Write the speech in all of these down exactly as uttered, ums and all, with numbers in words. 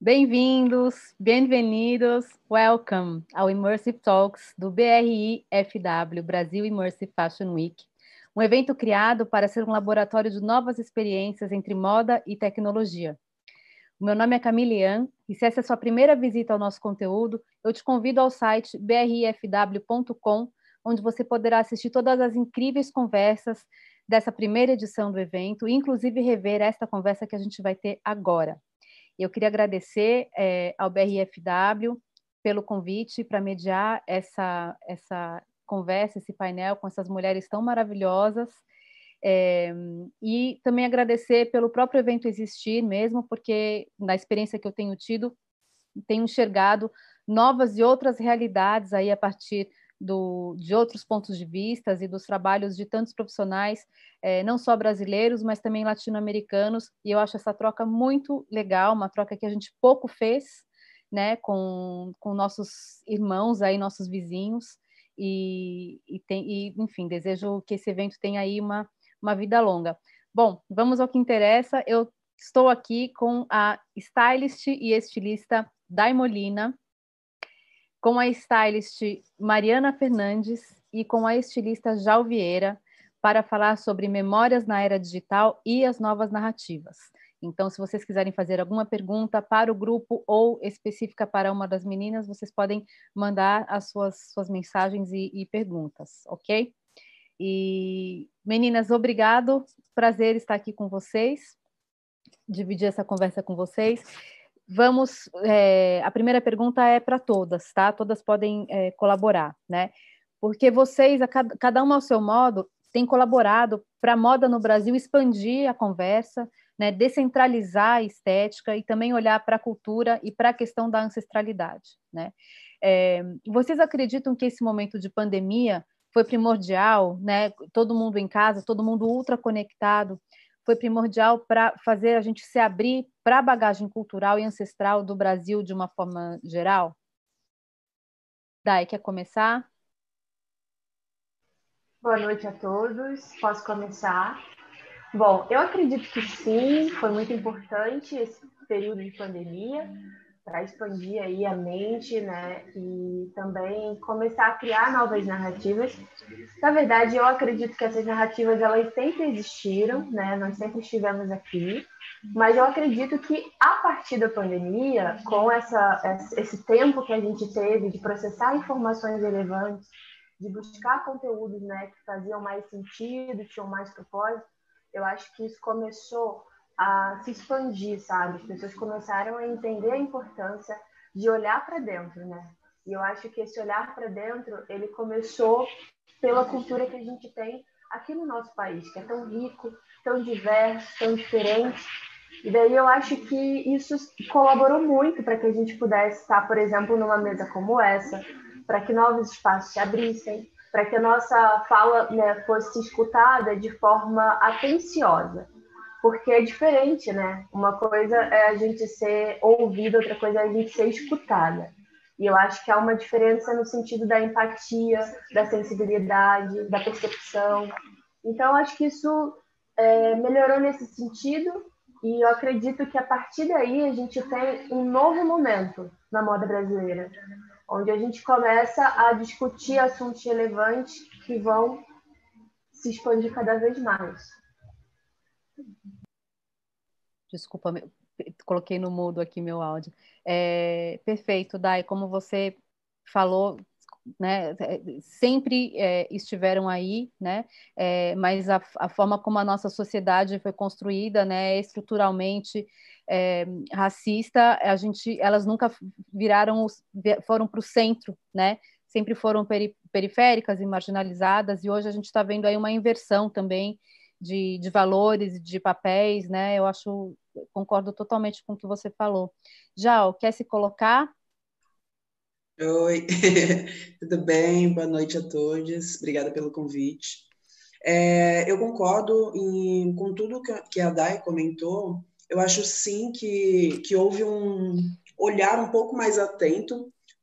Bem-vindos, bem-vindos, welcome ao Immersive Talks do B R I F W, Brasil Immersive Fashion Week, um evento criado para ser um laboratório de novas experiências entre moda e tecnologia. O meu nome é Camille Yan, e se essa é a sua primeira visita ao nosso conteúdo, eu te convido ao site b r i f w ponto com, onde você poderá assistir todas as incríveis conversas dessa primeira edição do evento, e inclusive rever esta conversa que a gente vai ter agora. Eu queria agradecer é, ao B R I F W pelo convite para mediar essa, essa conversa, esse painel com essas mulheres tão maravilhosas, é, e também agradecer pelo próprio evento existir mesmo, porque na experiência que eu tenho tido, tenho enxergado novas e outras realidades aí a partir Do, de outros pontos de vista e dos trabalhos de tantos profissionais, é, não só brasileiros, mas também latino-americanos, e eu acho essa troca muito legal, uma troca que a gente pouco fez, né, com, com nossos irmãos, aí, nossos vizinhos, e, e, tem, e, enfim, desejo que esse evento tenha aí uma, uma vida longa. Bom, vamos ao que interessa. Eu estou aqui com a stylist e estilista Dai Molina, com a stylist Mariana Fernandes e com a estilista Jal Vieira, para falar sobre memórias na era digital e as novas narrativas. Então, se vocês quiserem fazer alguma pergunta para o grupo ou específica para uma das meninas, vocês podem mandar as suas, suas mensagens e, e perguntas, ok? E, meninas, obrigado, prazer estar aqui com vocês, dividir essa conversa com vocês. Vamos, é, a primeira pergunta é para todas, tá? Todas podem é, colaborar, né? Porque vocês, a cada, cada uma ao seu modo, têm colaborado para a moda no Brasil expandir a conversa, né? Descentralizar a estética e também olhar para a cultura e para a questão da ancestralidade, né? É, vocês acreditam que esse momento de pandemia foi primordial, né? Todo mundo em casa, todo mundo ultra conectado, foi primordial para fazer a gente se abrir para a bagagem cultural e ancestral do Brasil de uma forma geral? Dai, quer começar? Boa noite a todos. Posso começar? Bom, eu acredito que sim, foi muito importante esse período de pandemia para expandir aí a mente, né? E também começar a criar novas narrativas. Na verdade, eu acredito que essas narrativas elas sempre existiram, né? Nós sempre estivemos aqui, mas eu acredito que a partir da pandemia, com essa, esse tempo que a gente teve de processar informações relevantes, de buscar conteúdos, né, que faziam mais sentido, tinham mais propósito, eu acho que isso começou a se expandir, sabe? As pessoas começaram a entender a importância de olhar para dentro, né? E eu acho que esse olhar para dentro, ele começou pela cultura que a gente tem aqui no nosso país, que é tão rico, tão diverso, tão diferente. E daí eu acho que isso colaborou muito para que a gente pudesse estar, por exemplo, numa mesa como essa, para que novos espaços se abrissem, para que a nossa fala, né, fosse escutada de forma atenciosa. Porque é diferente, né? Uma coisa é a gente ser ouvida, outra coisa é a gente ser escutada. E eu acho que há uma diferença no sentido da empatia, da sensibilidade, da percepção. Então, eu acho que isso é, melhorou nesse sentido, e eu acredito que a partir daí a gente tem um novo momento na moda brasileira, onde a gente começa a discutir assuntos relevantes que vão se expandir cada vez mais. Desculpa, coloquei no mudo aqui meu áudio. É, perfeito, Dai, como você falou, né, sempre é, estiveram aí, né, é, mas a, a forma como a nossa sociedade foi construída, né, estruturalmente é, racista, a gente, elas nunca viraram, foram para o centro, né, sempre foram peri, periféricas e marginalizadas, e hoje a gente está vendo aí uma inversão também de, de valores, de papéis, né, eu acho, concordo totalmente com o que você falou. Jal, quer se colocar? Oi, tudo bem? Boa noite a todos. Obrigada pelo convite. É, eu concordo em, com tudo que, que a Dai comentou. Eu acho sim que, que houve um olhar um pouco mais atento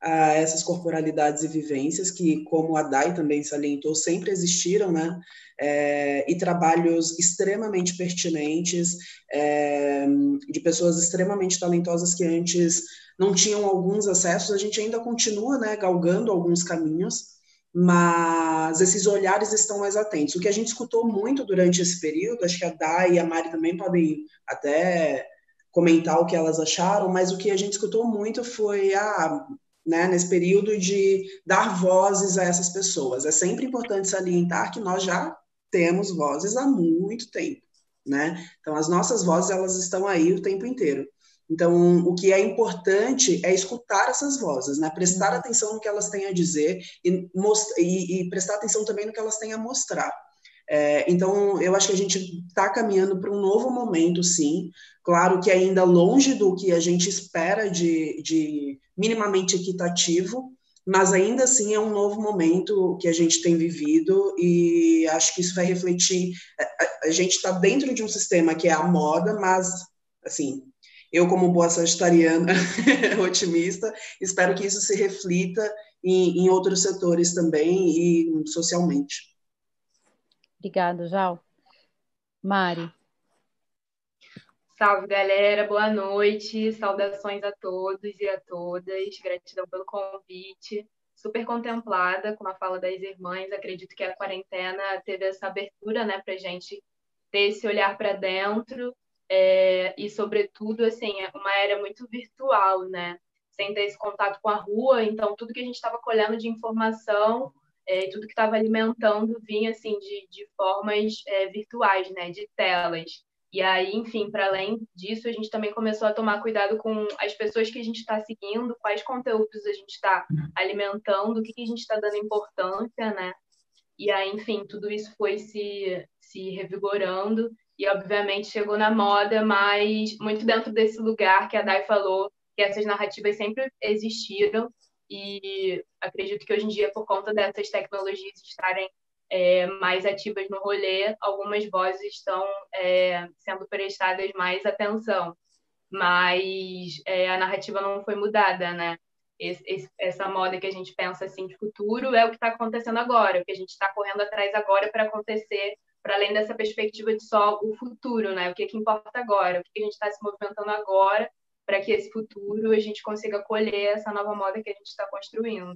a essas corporalidades e vivências que, como a Dai também salientou, sempre existiram, né? É, e trabalhos extremamente pertinentes, é, de pessoas extremamente talentosas que antes não tinham alguns acessos. A gente ainda continua, né, galgando alguns caminhos, mas esses olhares estão mais atentos. O que a gente escutou muito durante esse período, acho que a Dai e a Mari também podem até comentar o que elas acharam, mas o que a gente escutou muito foi a né, nesse período de dar vozes a essas pessoas. É sempre importante salientar que nós já temos vozes há muito tempo, né? Então, as nossas vozes, elas estão aí o tempo inteiro. Então, o que é importante é escutar essas vozes, né? Prestar atenção no que elas têm a dizer e, e, e prestar atenção também no que elas têm a mostrar. É, então, eu acho que a gente está caminhando para um novo momento, sim. Claro que ainda longe do que a gente espera de, de minimamente equitativo, mas ainda assim é um novo momento que a gente tem vivido e acho que isso vai refletir. A, a gente está dentro de um sistema que é a moda, mas, assim, eu como boa sagitariana otimista, espero que isso se reflita em, em outros setores também e socialmente. Obrigada, Jal. Mari. Salve, galera. Boa noite. Saudações a todos e a todas. Gratidão pelo convite. Super contemplada com a fala das irmãs. Acredito que a quarentena teve essa abertura, né, para a gente ter esse olhar para dentro é, e, sobretudo, assim, uma era muito virtual, né? Sem ter esse contato com a rua. Então, tudo que a gente estava colhendo de informação é, tudo que estava alimentando vinha, assim, de, de formas é, virtuais, né? De telas. E aí, enfim, para além disso, a gente também começou a tomar cuidado com as pessoas que a gente está seguindo, quais conteúdos a gente está alimentando, o que, que a gente está dando importância, né? E aí, enfim, tudo isso foi se, se revigorando e, obviamente, chegou na moda, mas muito dentro desse lugar que a Dai falou, que essas narrativas sempre existiram e acredito que hoje em dia, por conta dessas tecnologias estarem É, mais ativas no rolê, algumas vozes estão é, sendo prestadas mais atenção, mas é, a narrativa não foi mudada, né? Esse, esse, essa moda que a gente pensa assim de futuro é o que está acontecendo agora, o que a gente está correndo atrás agora para acontecer, para além dessa perspectiva de só o futuro, né? O que, que importa agora, o que, que a gente está se movimentando agora para que esse futuro a gente consiga colher essa nova moda que a gente está construindo.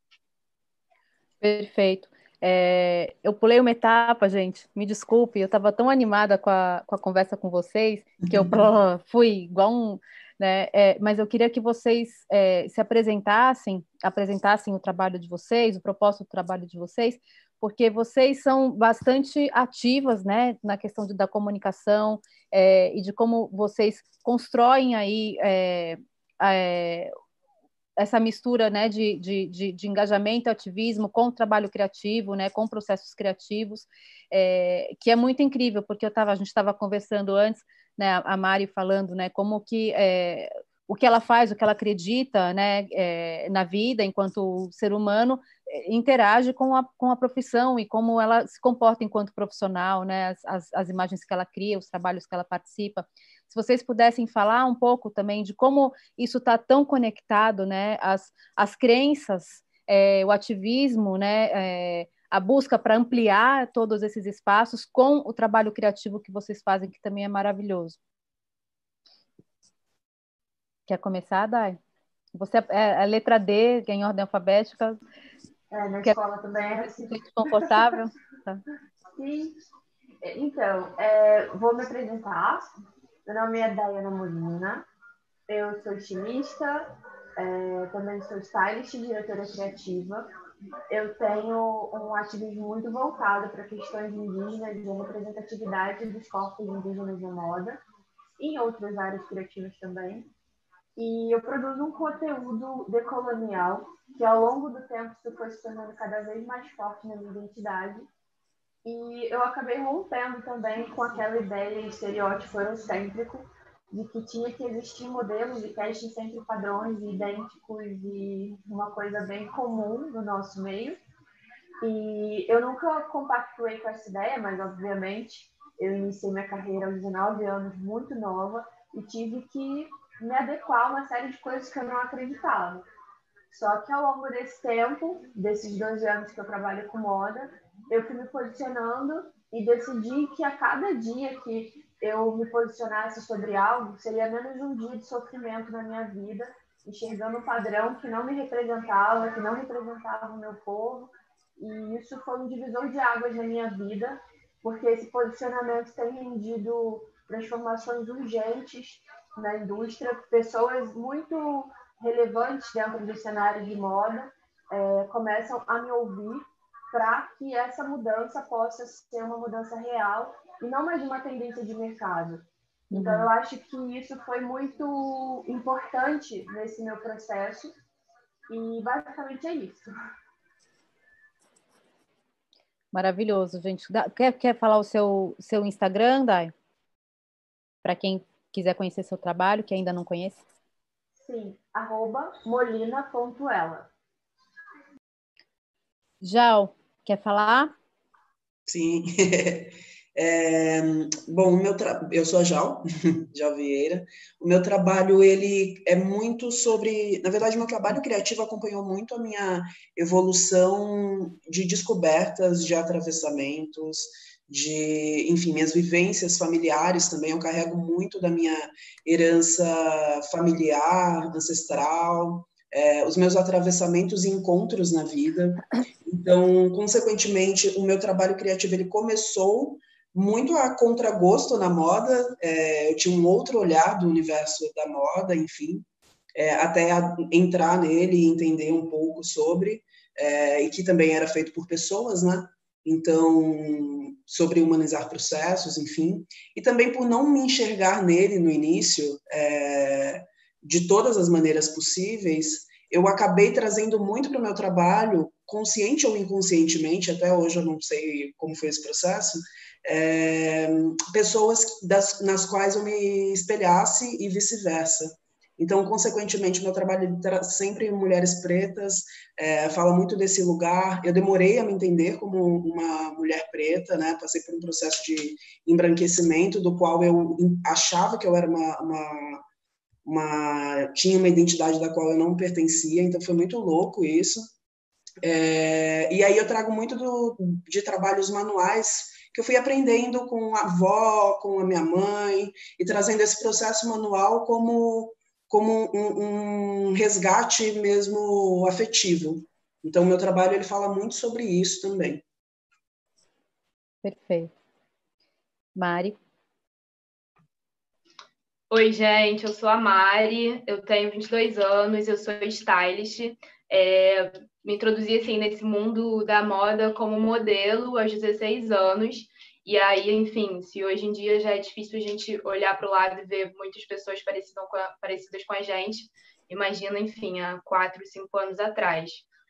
Perfeito. É, eu pulei uma etapa, gente, me desculpe, eu estava tão animada com a, com a conversa com vocês, que eu fui igual um, né, é, mas eu queria que vocês é, se apresentassem, apresentassem o trabalho de vocês, o propósito do trabalho de vocês, porque vocês são bastante ativas, né, na questão de, da comunicação é, e de como vocês constroem aí é, é, essa mistura, né, de, de, de, de engajamento e ativismo com o trabalho criativo, né, com processos criativos, é, que é muito incrível, porque eu tava, a gente estava conversando antes, né, a Mari falando, né, como que é, o que ela faz, o que ela acredita, né, é, na vida enquanto ser humano, interage com a, com a profissão e como ela se comporta enquanto profissional, né, as, as, as imagens que ela cria, os trabalhos que ela participa. Se vocês pudessem falar um pouco também de como isso está tão conectado, né, as, as crenças, é, o ativismo, né, é, a busca para ampliar todos esses espaços com o trabalho criativo que vocês fazem, que também é maravilhoso. Quer começar, Dai? Você é a letra D, que é em ordem alfabética. É, na Quer... escola também era assim. Desconfortável? Tá. Sim. Então, é, vou me apresentar. Meu nome é Daiana Molina. Eu sou estilista, é, também sou stylist e diretora criativa. Eu tenho um ativismo muito voltado para questões indígenas e a representatividade dos corpos indígenas na moda, e em outras áreas criativas também. E eu produzo um conteúdo decolonial que, ao longo do tempo, se foi se tornando cada vez mais forte na minha identidade. E eu acabei rompendo também com aquela ideia e estereótipo eurocêntrico de que tinha que existir modelos de casting sempre padrões e idênticos e uma coisa bem comum no nosso meio. E eu nunca compactuei com essa ideia, mas, obviamente, eu iniciei minha carreira aos dezenove anos, muito nova, e tive que me adequar a uma série de coisas que eu não acreditava. Só que ao longo desse tempo, desses dois anos que eu trabalho com moda, eu fui me posicionando e decidi que a cada dia que eu me posicionasse sobre algo, seria menos um dia de sofrimento na minha vida, enxergando um padrão que não me representava, que não representava o meu povo. E isso foi um divisor de águas na minha vida, porque esse posicionamento tem rendido transformações urgentes na indústria, pessoas muito relevantes dentro do cenário de moda é, começam a me ouvir para que essa mudança possa ser uma mudança real e não mais uma tendência de mercado. Então, uhum. eu acho que isso foi muito importante nesse meu processo e basicamente é isso. Maravilhoso, gente. Quer, quer falar o seu, seu Instagram, Dai? Para quem quiser conhecer seu trabalho, que ainda não conhece? Sim, arroba molina.ela. Jal, quer falar? Sim. É, bom, o meu tra... eu sou a Jal, Jal Vieira. O meu trabalho, ele é muito sobre... Na verdade, meu trabalho criativo acompanhou muito a minha evolução de descobertas, de atravessamentos, de, enfim, minhas vivências familiares também. Eu carrego muito da minha herança familiar, ancestral, é, os meus atravessamentos e encontros na vida. Então, consequentemente, o meu trabalho criativo ele começou muito a contragosto na moda, é, eu tinha um outro olhar do universo da moda, enfim, é, até entrar nele e entender um pouco sobre, é, e que também era feito por pessoas, né? Então, sobre humanizar processos, enfim, e também por não me enxergar nele no início, é, de todas as maneiras possíveis, eu acabei trazendo muito para o meu trabalho, consciente ou inconscientemente, até hoje eu não sei como foi esse processo, é, pessoas das, nas quais eu me espelhasse e vice-versa. Então, consequentemente, meu trabalho é sempre mulheres pretas, é, fala muito desse lugar. Eu demorei a me entender como uma mulher preta, né? Passei por um processo de embranquecimento, do qual eu achava que eu era uma, uma, uma tinha uma identidade da qual eu não pertencia, então foi muito louco isso. É, e aí eu trago muito do, de trabalhos manuais que eu fui aprendendo com a avó, com a minha mãe, e trazendo esse processo manual como, como um, um resgate mesmo afetivo. Então, o meu trabalho ele fala muito sobre isso também. Perfeito. Mari? Oi, gente, eu sou a Mari, eu tenho vinte e dois anos, eu sou stylist. É, me introduzi assim, nesse mundo da moda como modelo aos dezesseis anos. E aí, enfim, se hoje em dia já é difícil a gente olhar para o lado e ver muitas pessoas parecidas com a, parecidas com a gente, imagina, enfim, há quatro, cinco anos atrás.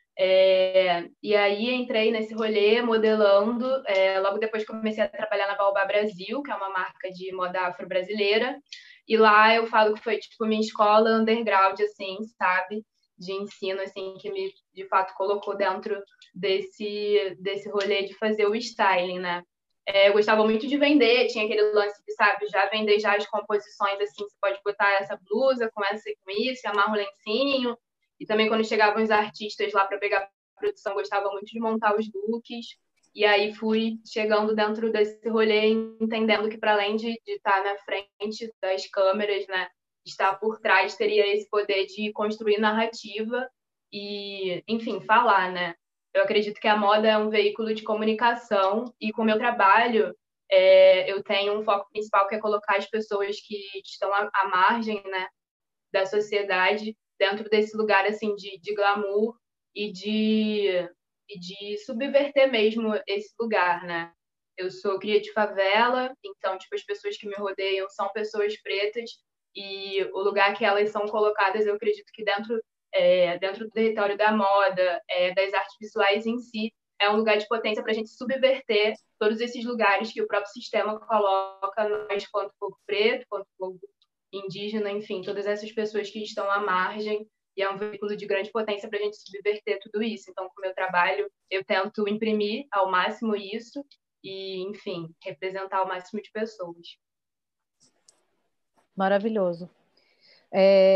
É, e aí entrei nesse rolê modelando, é, logo depois comecei a trabalhar na Baobá Brasil, que é uma marca de moda afro-brasileira, e lá eu falo que foi tipo minha escola underground, assim, sabe? De ensino, assim, que me, de fato, colocou dentro desse, desse rolê de fazer o styling, né? É, eu gostava muito de vender, tinha aquele lance de, sabe, já vender já as composições, assim, você pode botar essa blusa, começa com isso, amarra o lencinho. E também quando chegavam os artistas lá para pegar a produção, eu gostava muito de montar os looks. E aí fui chegando dentro desse rolê, entendendo que para além de, de estar na frente das câmeras, né, estar por trás, teria esse poder de construir narrativa e, enfim, falar, né? Eu acredito que a moda é um veículo de comunicação e com o meu trabalho é, eu tenho um foco principal que é colocar as pessoas que estão à, à margem, né, da sociedade dentro desse lugar assim de, de glamour e de, e de subverter mesmo esse lugar, né? Eu sou cria de favela, então tipo as pessoas que me rodeiam são pessoas pretas e o lugar que elas são colocadas, eu acredito que dentro é, dentro do território da moda, é, das artes visuais em si, é um lugar de potência para a gente subverter todos esses lugares que o próprio sistema coloca nós, quanto povo preto, quanto povo indígena, enfim, todas essas pessoas que estão à margem, e é um veículo de grande potência para a gente subverter tudo isso. Então, com o meu trabalho, eu tento imprimir ao máximo isso e, enfim, representar o máximo de pessoas. Maravilhoso. É,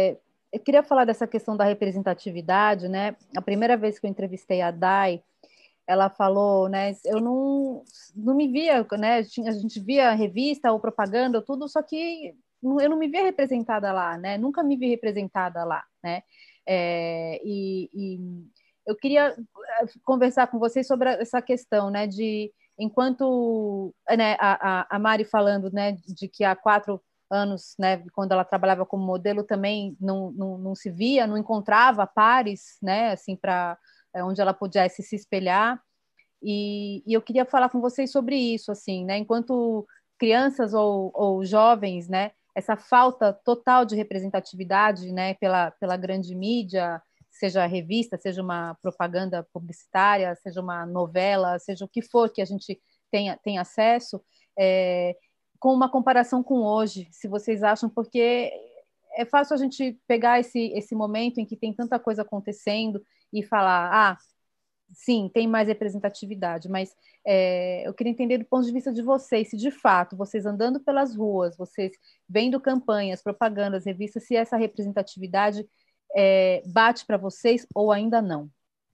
eu queria falar dessa questão da representatividade, né? A primeira vez que eu entrevistei a Dai, ela falou, né? Eu não, não me via, né? A gente via revista ou propaganda, tudo, só que eu não me via representada lá, né? Nunca me vi representada lá, né? É, e, e eu queria conversar com vocês sobre essa questão, né? De enquanto, né? A, a, a Mari falando, né? De que há quatro anos, né, quando ela trabalhava como modelo, também não, não, não se via, não encontrava pares, né, assim, para onde ela pudesse se espelhar. E, e eu queria falar com vocês sobre isso, assim, né, enquanto crianças ou, ou jovens, né, essa falta total de representatividade, né, pela, pela grande mídia, seja revista, seja uma propaganda publicitária, seja uma novela, seja o que for que a gente tenha, tenha acesso, é, com uma comparação com hoje, se vocês acham, porque é fácil a gente pegar esse, esse momento em que tem tanta coisa acontecendo e falar, ah, sim, tem mais representatividade, mas é, eu queria entender do ponto de vista de vocês, se de fato, vocês andando pelas ruas, vocês vendo campanhas, propagandas, revistas, se essa representatividade é, bate para vocês ou ainda não.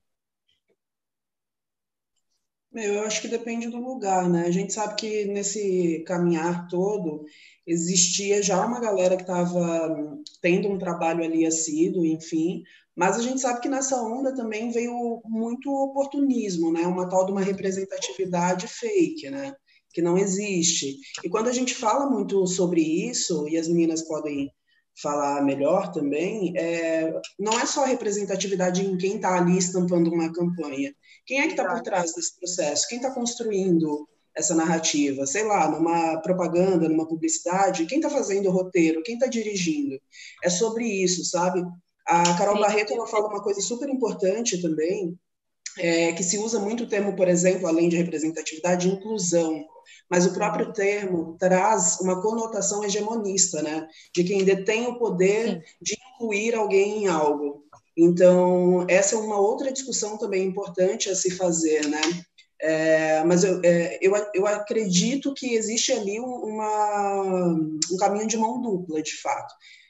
Meu, eu acho que depende do lugar, né? A gente sabe que nesse caminhar todo existia já uma galera que estava tendo um trabalho ali assíduo, enfim, mas a gente sabe que nessa onda também veio muito oportunismo, né? Uma tal de uma representatividade fake, né? Que não existe. E quando a gente fala muito sobre isso, e as meninas podem falar melhor também, é, não é só a representatividade em quem está ali estampando uma campanha. Quem é que está por trás desse processo? Quem está construindo essa narrativa? Sei lá, numa propaganda, numa publicidade, quem está fazendo o roteiro? Quem está dirigindo? É sobre isso, sabe? A Carol Sim. Barreto, ela fala uma coisa super importante também, é, que se usa muito o termo, por exemplo, além de representatividade, inclusão. Mas o próprio termo traz uma conotação hegemonista, né? De quem detém o poder Sim. de incluir alguém em algo. Então, essa é uma outra discussão também importante a se fazer, né? É, mas eu, é, eu, eu acredito que existe ali uma, um caminho de mão dupla, de fato,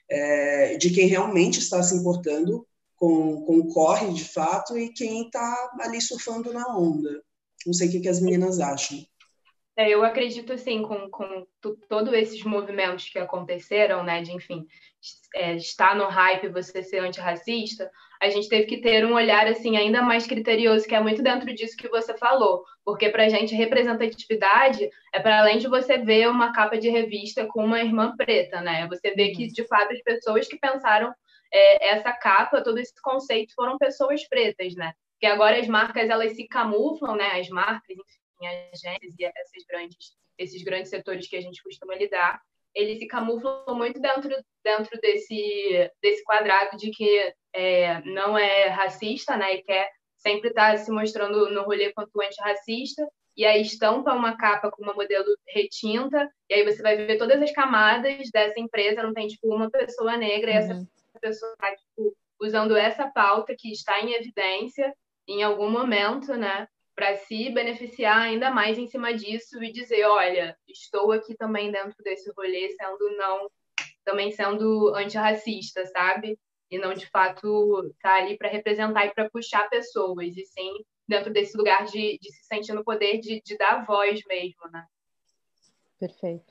é, de quem realmente está se importando com, com o corre, de fato, e quem está ali surfando na onda. Não sei o que, que as meninas acham. É, eu acredito, assim, com, com todos esses movimentos que aconteceram, né, de, enfim, é, estar no hype, você ser antirracista, a gente teve que ter um olhar, assim, ainda mais criterioso, que é muito dentro disso que você falou, porque pra gente representatividade é para além de você ver uma capa de revista com uma irmã preta, né, você vê que, de fato, as pessoas que pensaram é, essa capa, todo esse conceito, foram pessoas pretas, né, porque agora as marcas, elas se camuflam, né, as marcas, enfim, agências e essas grandes, esses grandes setores que a gente costuma lidar, eles se camuflam muito dentro, dentro desse, desse quadrado de que é, não é racista, né, e quer sempre estar se mostrando no rolê quanto antirracista, e aí estampa uma capa com uma modelo retinta, e aí você vai ver todas as camadas dessa empresa, não tem, tipo, uma pessoa negra, e essa uhum. pessoa está, tipo, usando essa pauta que está em evidência em algum momento, né, para se beneficiar ainda mais em cima disso e dizer, olha, estou aqui também dentro desse rolê, sendo não, também sendo antirracista, sabe? E não, de fato, estar tá ali para representar e para puxar pessoas, e sim dentro desse lugar de, de se sentir no poder de, de dar voz mesmo, né? Perfeito.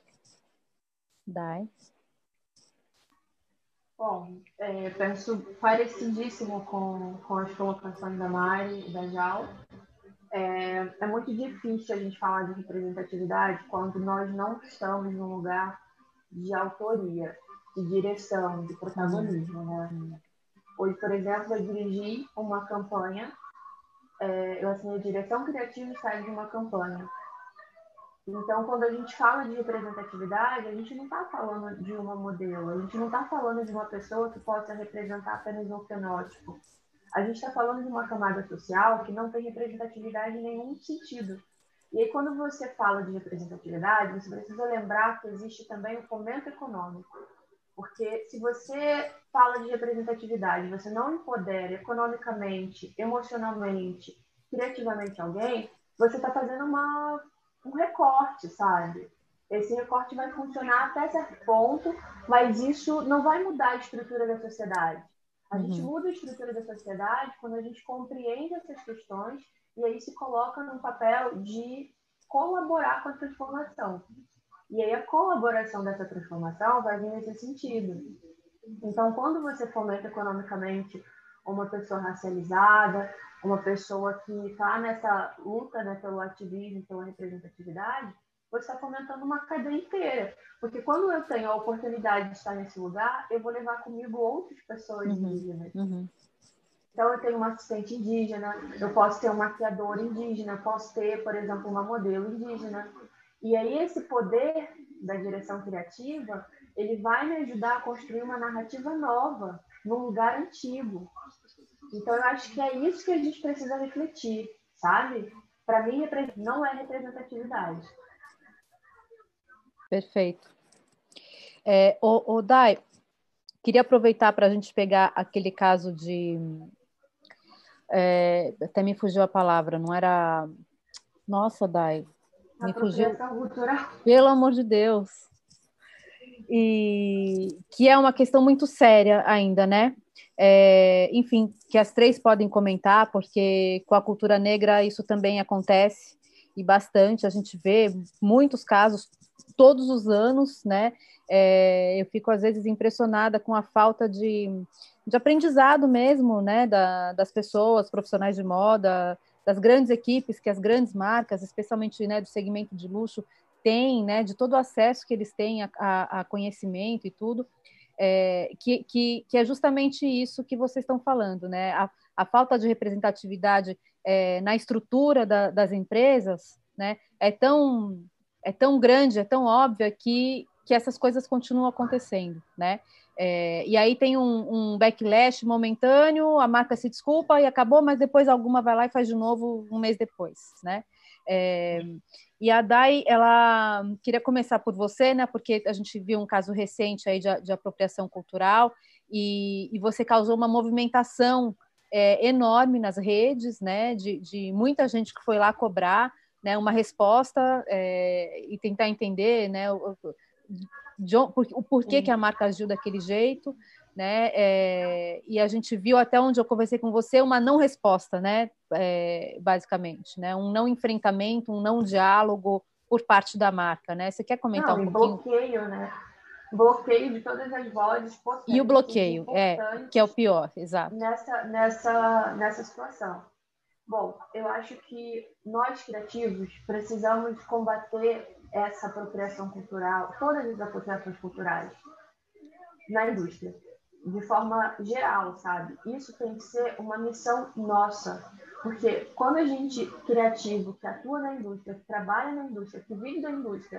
Dai? Bom, é, penso parecidíssimo com, com as colocações da Mari e da Jal. É, é muito difícil a gente falar de representatividade quando nós não estamos num lugar de autoria, de direção, de protagonismo, né? Hoje, por exemplo, eu dirigi uma campanha, é, eu assinei a direção criativa e saí de uma campanha. Então, quando a gente fala de representatividade, a gente não está falando de uma modelo, a gente não está falando de uma pessoa que possa representar apenas um fenótipo. A gente está falando de uma camada social que não tem representatividade em nenhum sentido. E aí, quando você fala de representatividade, você precisa lembrar que existe também o fomento econômico. Porque se você fala de representatividade, você não empodera economicamente, emocionalmente, criativamente alguém, você está fazendo uma, um recorte, sabe? esse recorte vai funcionar até certo ponto, mas isso não vai mudar a estrutura da sociedade. A gente Uhum. muda a estrutura da sociedade quando a gente compreende essas questões e aí se coloca num papel de colaborar com a transformação. E aí a colaboração dessa transformação vai vir nesse sentido. Então, quando você fomenta economicamente uma pessoa racializada, uma pessoa que está nessa luta, né, pelo ativismo, pela representatividade, você está fomentando uma cadeia inteira. Porque quando eu tenho a oportunidade de estar nesse lugar, eu vou levar comigo outras pessoas Uhum. indígenas. Uhum. Então, eu tenho uma assistente indígena, eu posso ter um maquiador indígena, eu posso ter, por exemplo, uma modelo indígena. E aí, esse poder da direção criativa, ele vai me ajudar a construir uma narrativa nova, num lugar antigo. Então, eu acho que é isso que a gente precisa refletir, sabe? Para mim, não é representatividade. Perfeito. É, o, o Dai, queria aproveitar para a gente pegar aquele caso de... É, até me fugiu a palavra, não era... Nossa, Dai, me fugiu. Apropriação cultural. Pelo amor de Deus. E que é uma questão muito séria ainda, né? É, enfim, que as três podem comentar, porque com a cultura negra isso também acontece, e bastante, a gente vê muitos casos todos os anos, né? É, eu fico às vezes impressionada com a falta de, de aprendizado mesmo, né? Da, das pessoas, profissionais de moda, das grandes equipes, que as grandes marcas, especialmente, né, do segmento de luxo, têm, né, de todo o acesso que eles têm a, a, a conhecimento e tudo, é, que, que, que é justamente isso que vocês estão falando, né? A, a falta de representatividade é, na estrutura da, das empresas, né, é tão, é tão grande, é tão óbvia que, que essas coisas continuam acontecendo, né? É, e aí tem um, um backlash momentâneo, a marca se desculpa e acabou, mas depois alguma vai lá e faz de novo um mês depois, né? É, e a Dai, ela queria começar por você, né? Porque a gente viu um caso recente aí de, de apropriação cultural e, e você causou uma movimentação é, enorme nas redes, né? De, de muita gente que foi lá cobrar, né? Uma resposta é, e tentar entender, né? O, de, o porquê que a marca agiu daquele jeito, né? É, e a gente viu até onde eu conversei com você uma não resposta, né? É, basicamente, né? Um não enfrentamento, um não diálogo por parte da marca, né? Você quer comentar Não, um e pouquinho? bloqueio, né? Bloqueio de todas as vozes E o potentes e bloqueio, é, que é o importantes pior, exato. nessa, nessa, nessa situação. Bom, eu acho que nós criativos precisamos combater essa apropriação cultural, todas as apropriações culturais na indústria, de forma geral, sabe? Isso tem que ser uma missão nossa, porque quando a gente criativo, que atua na indústria, que trabalha na indústria, que vive da indústria,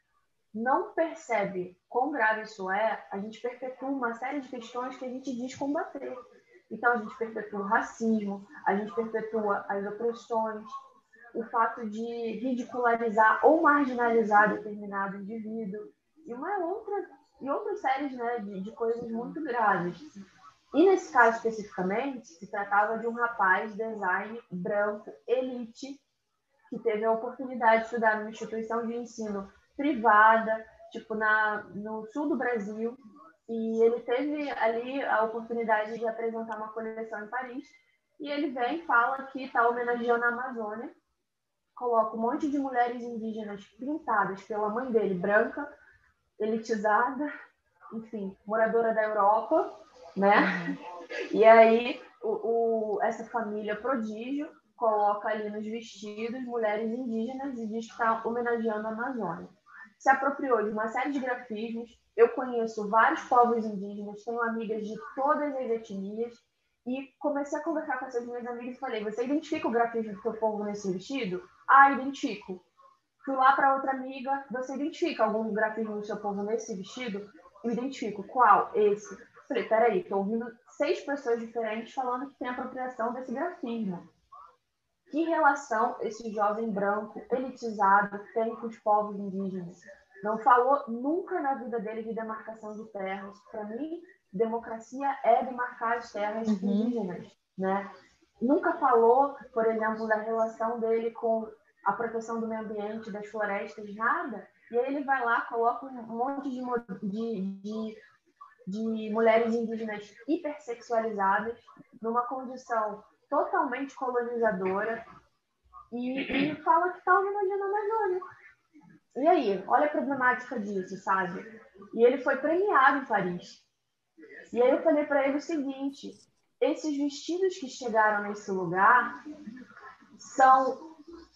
não percebe quão grave isso é, a gente perpetua uma série de questões que a gente diz combater. Então, a gente perpetua o racismo, a gente perpetua as opressões, o fato de ridicularizar ou marginalizar determinado indivíduo, e uma outra, e outras séries, né, de, de coisas muito graves. E nesse caso especificamente, se tratava de um rapaz design branco, elite, que teve a oportunidade de estudar numa instituição de ensino privada, tipo na, no sul do Brasil, e ele teve ali a oportunidade de apresentar uma coleção em Paris, e ele vem e fala que está homenageando a Amazônia, coloca um monte de mulheres indígenas pintadas pela mãe dele, branca, elitizada, enfim, moradora da Europa, né? Uhum. E aí o, o, essa família prodígio coloca ali nos vestidos mulheres indígenas e diz que está homenageando a Amazônia. Se apropriou de uma série de grafismos. Eu conheço vários povos indígenas, tenho amigas de todas as etnias e comecei a conversar com essas minhas amigas e falei: você identifica o grafismo do seu povo nesse vestido? Ah, identifico. Fui lá para outra amiga: você identifica algum grafismo do seu povo nesse vestido? Eu identifico. Qual? Esse. Falei: peraí, estou ouvindo seis pessoas diferentes falando que tem apropriação desse grafismo. Que relação esse jovem branco elitizado tem com os povos indígenas? Não falou nunca na vida dele de demarcação de terras. Para mim, democracia é demarcar as terras uhum. indígenas, né? Nunca falou, por exemplo, da relação dele com a proteção do meio ambiente, das florestas, nada. E aí ele vai lá, coloca um monte de, de, de, de mulheres indígenas hipersexualizadas numa condição totalmente colonizadora e, e fala que está homenageando a Amazônia. E aí, olha a problemática disso, sabe? E ele foi premiado em Paris. E aí eu falei para ele o seguinte: esses vestidos que chegaram nesse lugar são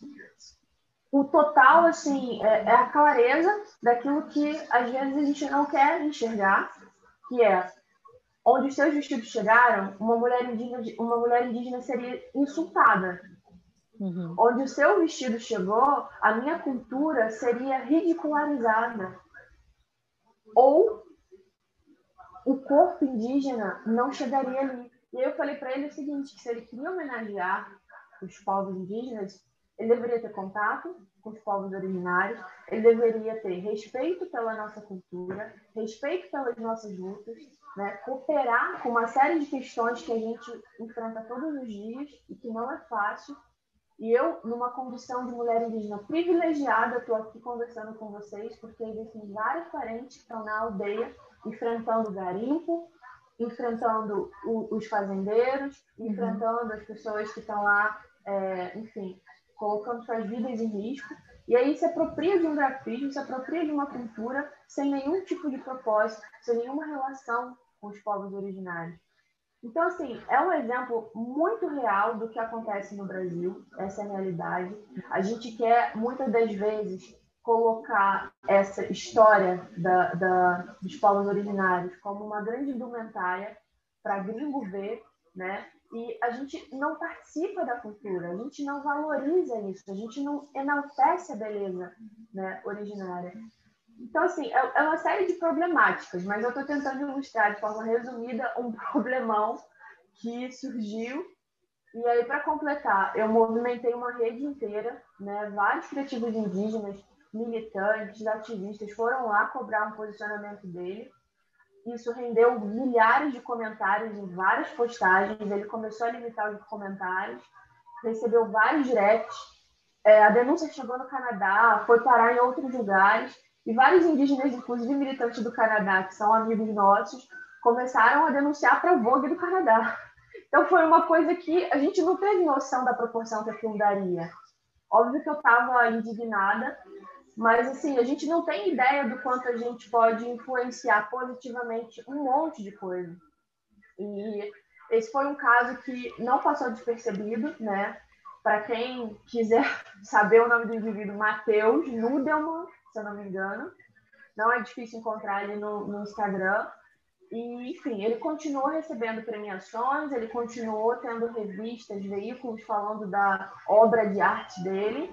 o total, assim, é, é a clareza daquilo que às vezes a gente não quer enxergar, que é onde os seus vestidos chegaram, uma mulher indígena, uma mulher indígena seria insultada. Uhum. Onde o seu vestido chegou, a minha cultura seria ridicularizada. Ou o corpo indígena não chegaria ali. E aí eu falei para ele o seguinte, que se ele queria homenagear os povos indígenas, ele deveria ter contato com os povos originários, ele deveria ter respeito pela nossa cultura, respeito pelas nossas lutas, né? Cooperar com uma série de questões que a gente enfrenta todos os dias e que não é fácil. E eu, numa condição de mulher indígena privilegiada, estou aqui conversando com vocês, porque existem vários parentes que estão na aldeia, enfrentando o garimpo, enfrentando o, os fazendeiros, uhum. enfrentando as pessoas que estão lá, é, enfim, colocando suas vidas em risco. E aí se apropria de um grafismo, se apropria de uma cultura sem nenhum tipo de propósito, sem nenhuma relação com os povos originários. Então, assim, é um exemplo muito real do que acontece no Brasil, essa é a realidade. A gente quer, muitas das vezes, colocar essa história da, da, dos povos originários como uma grande indumentária para gringo ver, né? E a gente não participa da cultura, a gente não valoriza isso, a gente não enaltece a beleza, né, originária. Então, assim, é, é uma série de problemáticas, mas eu estou tentando ilustrar de forma resumida um problemão que surgiu. E aí, para completar, eu movimentei uma rede inteira, né? Vários criativos indígenas, militantes, ativistas foram lá cobrar um posicionamento dele. Isso rendeu milhares de comentários em várias postagens. Ele começou a limitar os comentários, recebeu vários directs. É, a denúncia chegou no Canadá, foi parar em outros lugares. E vários indígenas, inclusive militantes do Canadá, que são amigos nossos, começaram a denunciar para a Vogue do Canadá. Então foi uma coisa que a gente não teve noção da proporção que aquilo daria. Óbvio que eu estava indignada, mas assim, a gente não tem ideia do quanto a gente pode influenciar positivamente um monte de coisa. E esse foi um caso que não passou despercebido, né? Para quem quiser saber o nome do indivíduo, Matheus Nudelman, se eu não me engano. Não é difícil encontrar ele no, no Instagram. E, enfim, ele continuou recebendo premiações, ele continuou tendo revistas, veículos falando da obra de arte dele.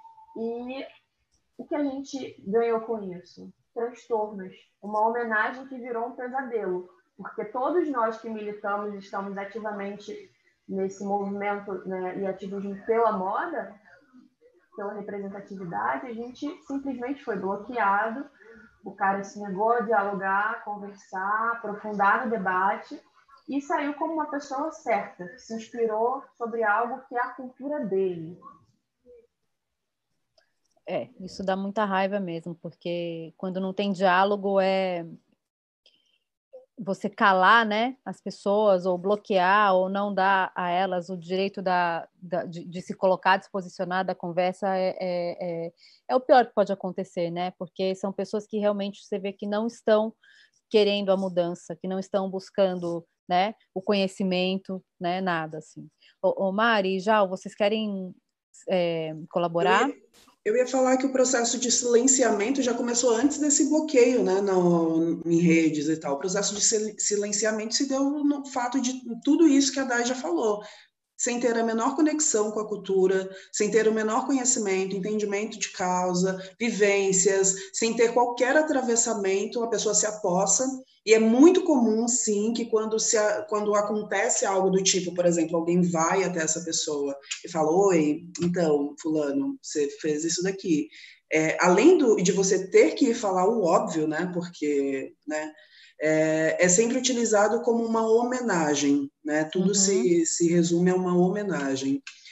E o que a gente ganhou com isso? Transtornos. Uma homenagem que virou um pesadelo. Porque todos nós que militamos e estamos ativamente nesse movimento, né, e ativismo pela moda, pela representatividade, a gente simplesmente foi bloqueado. O cara se negou a dialogar, a conversar, aprofundar no debate e saiu como uma pessoa certa, que se inspirou sobre algo que é a cultura dele. É, isso dá muita raiva mesmo, porque quando não tem diálogo é você calar, né, as pessoas, ou bloquear, ou não dar a elas o direito da, da, de, de se colocar, de se posicionar, da conversa, é, é, é, é o pior que pode acontecer, né? Porque são pessoas que realmente você vê que não estão querendo a mudança, que não estão buscando, né, o conhecimento, né, nada assim. Ô, ô Mari, Jal, vocês querem é, colaborar? Eu ia, eu ia falar que o processo de silenciamento já começou antes desse bloqueio, né, no, em redes e tal. O processo de silenciamento se deu no fato de tudo isso que a Day já falou, sem ter a menor conexão com a cultura, sem ter o menor conhecimento, entendimento de causa, vivências, sem ter qualquer atravessamento, a pessoa se apossa. E é muito comum, sim, que quando, se, quando acontece algo do tipo, por exemplo, alguém vai até essa pessoa e fala, oi, então, fulano, você fez isso daqui. É, além do, de você ter que falar o óbvio, né, porque... né, É, é sempre utilizado como uma homenagem, né? Tudo uhum. se, se resume a uma homenagem.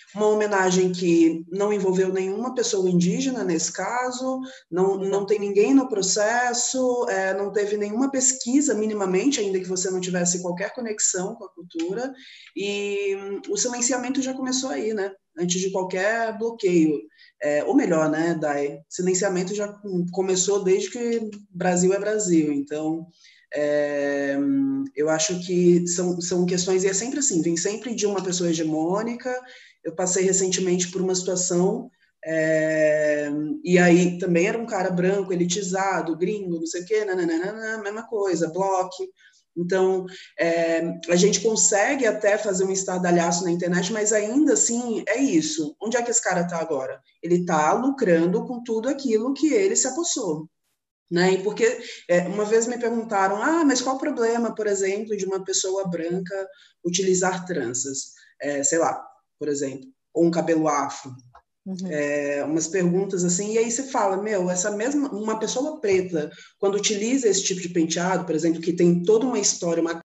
uma homenagem que não envolveu nenhuma pessoa indígena nesse caso, não, não tem ninguém no processo, é, não teve nenhuma pesquisa minimamente, ainda que você não tivesse qualquer conexão com a cultura, e o silenciamento já começou aí, né? Antes de qualquer bloqueio. É, ou melhor, né, Dai? Silenciamento já começou desde que Brasil é Brasil, então... É, eu acho que são, são questões, e é sempre assim, vem sempre de uma pessoa hegemônica. Eu passei recentemente por uma situação, é, e aí também era um cara branco, elitizado, gringo, não sei o quê, nananana, mesma coisa, bloco. Então, é, a gente consegue até fazer um estardalhaço na internet, mas ainda assim é isso. Onde é que esse cara está agora? Ele está lucrando com tudo aquilo que ele se apossou. Né? E porque é, uma vez me perguntaram, ah, mas qual o problema, por exemplo, de uma pessoa branca utilizar tranças? É, sei lá, por exemplo, ou um cabelo afro. Uhum. É, umas perguntas assim, e aí você fala, meu, essa mesma, uma pessoa preta, quando utiliza esse tipo de penteado, por exemplo, que tem toda uma história, uma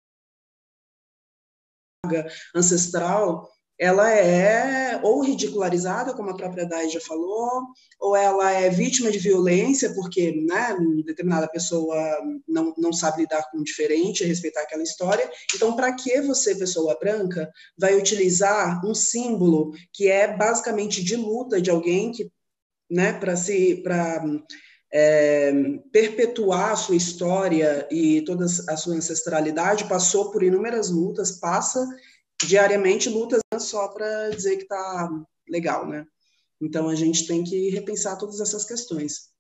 carga ancestral, ela é ou ridicularizada, como a própria Dai já falou, ou ela é vítima de violência, porque, né, determinada pessoa não, não sabe lidar com o diferente, respeitar aquela história. Então, para que você, pessoa branca, vai utilizar um símbolo que é basicamente de luta de alguém que, né, para se... Pra, É, perpetuar a sua história e toda a sua ancestralidade, passou por inúmeras lutas, passa diariamente lutas só para dizer que está legal, né? Então, a gente tem que repensar todas essas questões.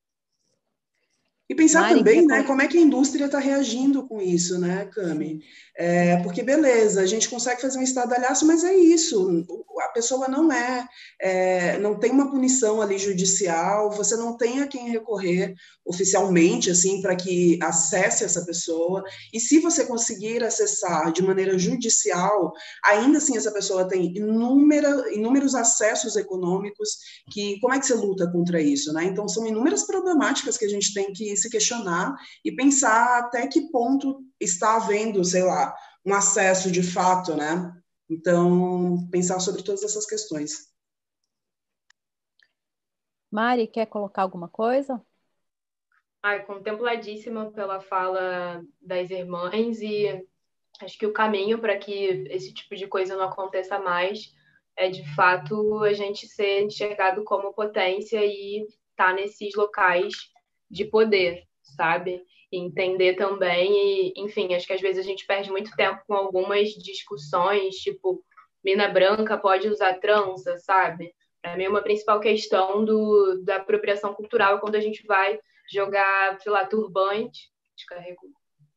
E pensar Mari, também, né, como é que a indústria está reagindo com isso, né, Cami? É, porque, beleza, a gente consegue fazer um estardalhaço, mas é isso, a pessoa não é, é, não tem uma punição ali judicial, você não tem a quem recorrer oficialmente, assim, para que acesse essa pessoa, e se você conseguir acessar de maneira judicial, ainda assim essa pessoa tem inúmera, inúmeros acessos econômicos, que como é que você luta contra isso, né? Então, são inúmeras problemáticas que a gente tem que se questionar e pensar até que ponto está havendo, sei lá, um acesso de fato, né? Então, pensar sobre todas essas questões. Mari, quer colocar alguma coisa? Ai, contempladíssima pela fala das irmãs, e acho que o caminho para que esse tipo de coisa não aconteça mais é, de fato, a gente ser enxergado como potência e estar tá nesses locais de poder, sabe? E entender também, e, enfim, acho que às vezes a gente perde muito tempo com algumas discussões, tipo, mina branca pode usar trança, sabe? Para mim, uma principal questão do, da apropriação cultural é quando a gente vai jogar, sei lá, turbante, descarregou.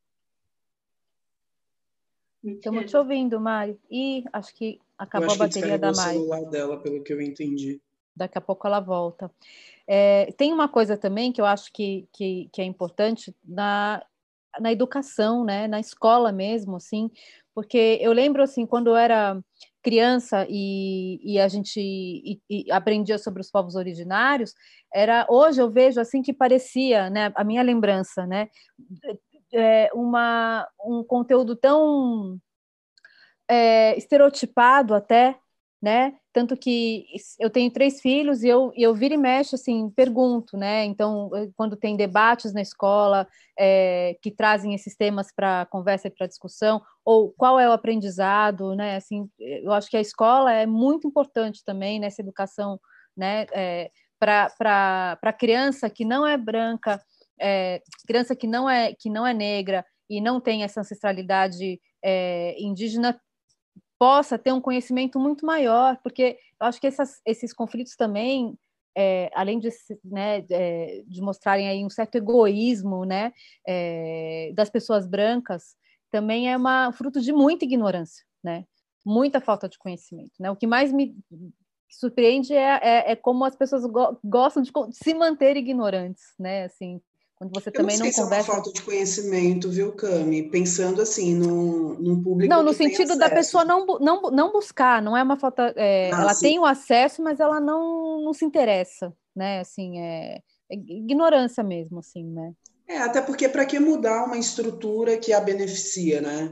Estamos te ouvindo, Mari. Ih, acho que acabou a bateria da Mari. O celular dela, pelo que eu entendi. Daqui a pouco ela volta. É, tem uma coisa também que eu acho que, que, que é importante na, na educação, né? Na escola mesmo, assim, porque eu lembro, assim, quando eu era criança e, e a gente e, e aprendia sobre os povos originários, era, hoje eu vejo, assim, que parecia, né? A minha lembrança, né? É uma, um conteúdo tão é, estereotipado até, né? Tanto que eu tenho três filhos e eu, e eu viro e mexo, assim, pergunto, né? Então, quando tem debates na escola é, que trazem esses temas para conversa e para discussão, ou qual é o aprendizado, né? Assim, eu acho que a escola é muito importante também nessa educação, né? É, para a criança que não é branca, é, criança que não é, que não é negra e não tem essa ancestralidade é, indígena, possa ter um conhecimento muito maior, porque eu acho que essas, esses conflitos também, é, além de, né, é, de mostrarem aí um certo egoísmo, né, é, das pessoas brancas, também é uma fruto de muita ignorância, né, muita falta de conhecimento, né. O que mais me surpreende é, é, é como as pessoas go gostam de se manter ignorantes, né, assim, quando você eu também não sei não se conversa... é uma falta de conhecimento, viu, Cami? Pensando assim, num, num público não, no que tem sentido acesso. da pessoa não, não, não buscar, não é uma falta... É, ah, ela sim. tem o acesso, mas ela não, não se interessa, né? Assim, é, é ignorância mesmo, assim, né? É, até porque para que mudar uma estrutura que a beneficia, né?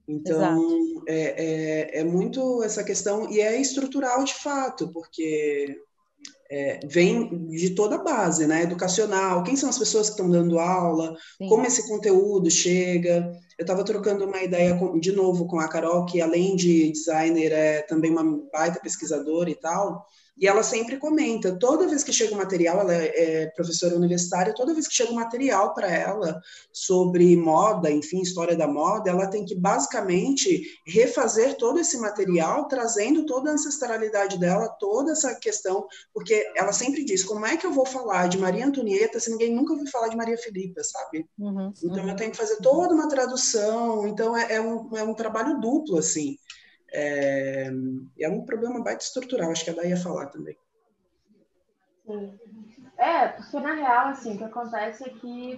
Então, é, é, é muito essa questão, e é estrutural de fato, porque é, vem de toda a base, né? Educacional, quem são as pessoas que estão dando aula, Sim. como esse conteúdo chega. Eu estava trocando uma ideia com, de novo com a Carol, que além de designer é também uma baita pesquisadora e tal, e ela sempre comenta, toda vez que chega um material, ela é professora universitária, toda vez que chega um material para ela sobre moda, enfim, história da moda, ela tem que basicamente refazer todo esse material, trazendo toda a ancestralidade dela, toda essa questão, porque ela sempre diz, como é que eu vou falar de Maria Antonieta se ninguém nunca ouviu falar de Maria Filipa, sabe? Uhum, então uhum. eu tenho que fazer toda uma tradução, então é, é, um, é um trabalho duplo, assim. É, é um problema baita estrutural, acho que a Day ia falar também. Sim. É, porque na real, assim, o que acontece é que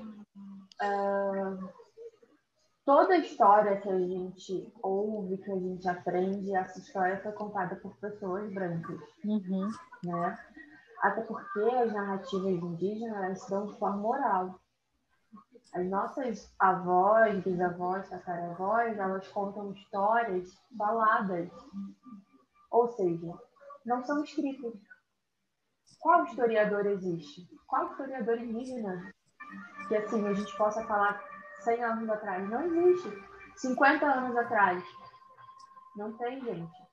uh, toda a história que a gente ouve, que a gente aprende, essa história foi contada por pessoas brancas, uhum. né? Até porque as narrativas indígenas, elas se dão de forma oral. As nossas avós, bisavós, tataravós, elas contam histórias faladas. Ou seja, não são escritas. Qual historiador existe? Qual historiador indígena? Que assim, a gente possa falar cem anos atrás. Não existe. cinquenta anos atrás. Não tem, gente.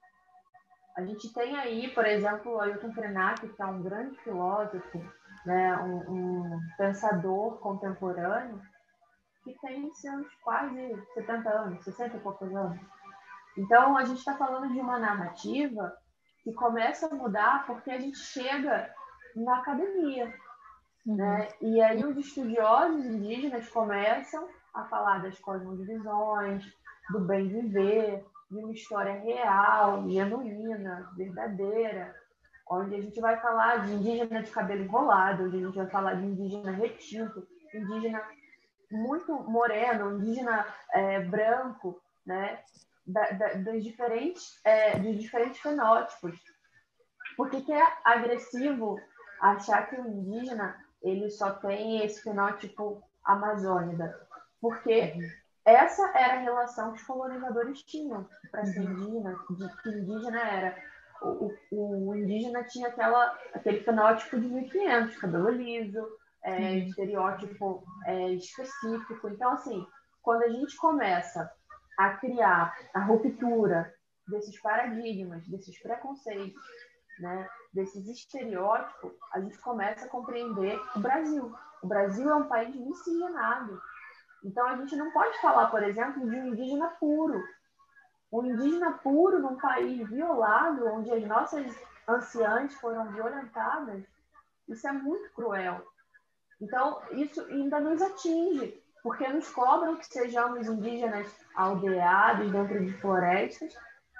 A gente tem aí, por exemplo, o Ailton Krenak, que é um grande filósofo, né, um, um pensador contemporâneo, que tem seus quase setenta anos, sessenta e poucos anos. Então, a gente está falando de uma narrativa que começa a mudar porque a gente chega na academia. Uhum. Né? E aí os estudiosos indígenas começam a falar das cosmovisões, do bem viver, de uma história real, genuína, verdadeira, onde a gente vai falar de indígena de cabelo enrolado, onde a gente vai falar de indígena retinto, indígena muito moreno, indígena é, branco, né? Da, da, dos, diferentes, é, dos diferentes fenótipos. Por que, que é agressivo achar que o indígena ele só tem esse fenótipo amazônida? Porque essa era a relação que os colonizadores tinham para ser indígena, de que indígena era. O, o, o indígena tinha aquela, aquele fenótipo de mil e quinhentos, cabelo liso, é, uhum. estereótipo é, específico. Então, assim, quando a gente começa a criar a ruptura desses paradigmas, desses preconceitos, né, desses estereótipos, a gente começa a compreender o Brasil. O Brasil é um país miscigenado. Então, a gente não pode falar, por exemplo, de um indígena puro. Um indígena puro num país violado, onde as nossas anciãs foram violentadas, isso é muito cruel. Então, isso ainda nos atinge, porque nos cobram que sejamos indígenas aldeados dentro de florestas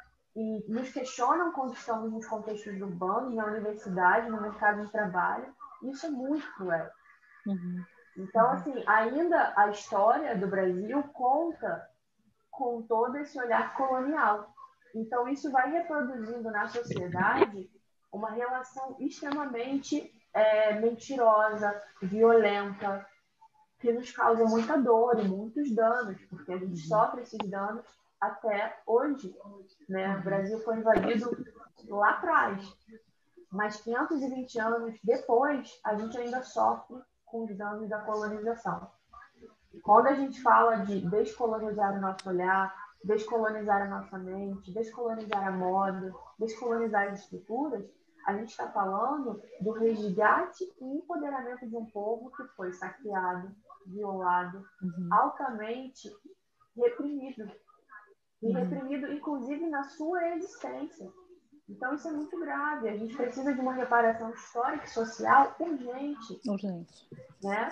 e nos questionam quando estamos nos contextos urbanos, na universidade, no mercado de trabalho. Isso é muito cruel. Uhum. Então, assim, ainda a história do Brasil conta com todo esse olhar colonial. Então, isso vai reproduzindo na sociedade uma relação extremamente é, mentirosa, violenta, que nos causa muita dor e muitos danos, porque a gente sofre esses danos até hoje. Né? O Brasil foi invadido lá atrás, mas quinhentos e vinte anos depois, a gente ainda sofre com os danos da colonização. Quando a gente fala de descolonizar o nosso olhar, descolonizar a nossa mente, descolonizar a moda, descolonizar as estruturas, a gente está falando do resgate e empoderamento de um povo que foi saqueado, violado, uhum. altamente reprimido. E uhum. reprimido, inclusive, na sua existência. Então, isso é muito grave. A gente precisa de uma reparação histórica e social urgente. Urgente. Né?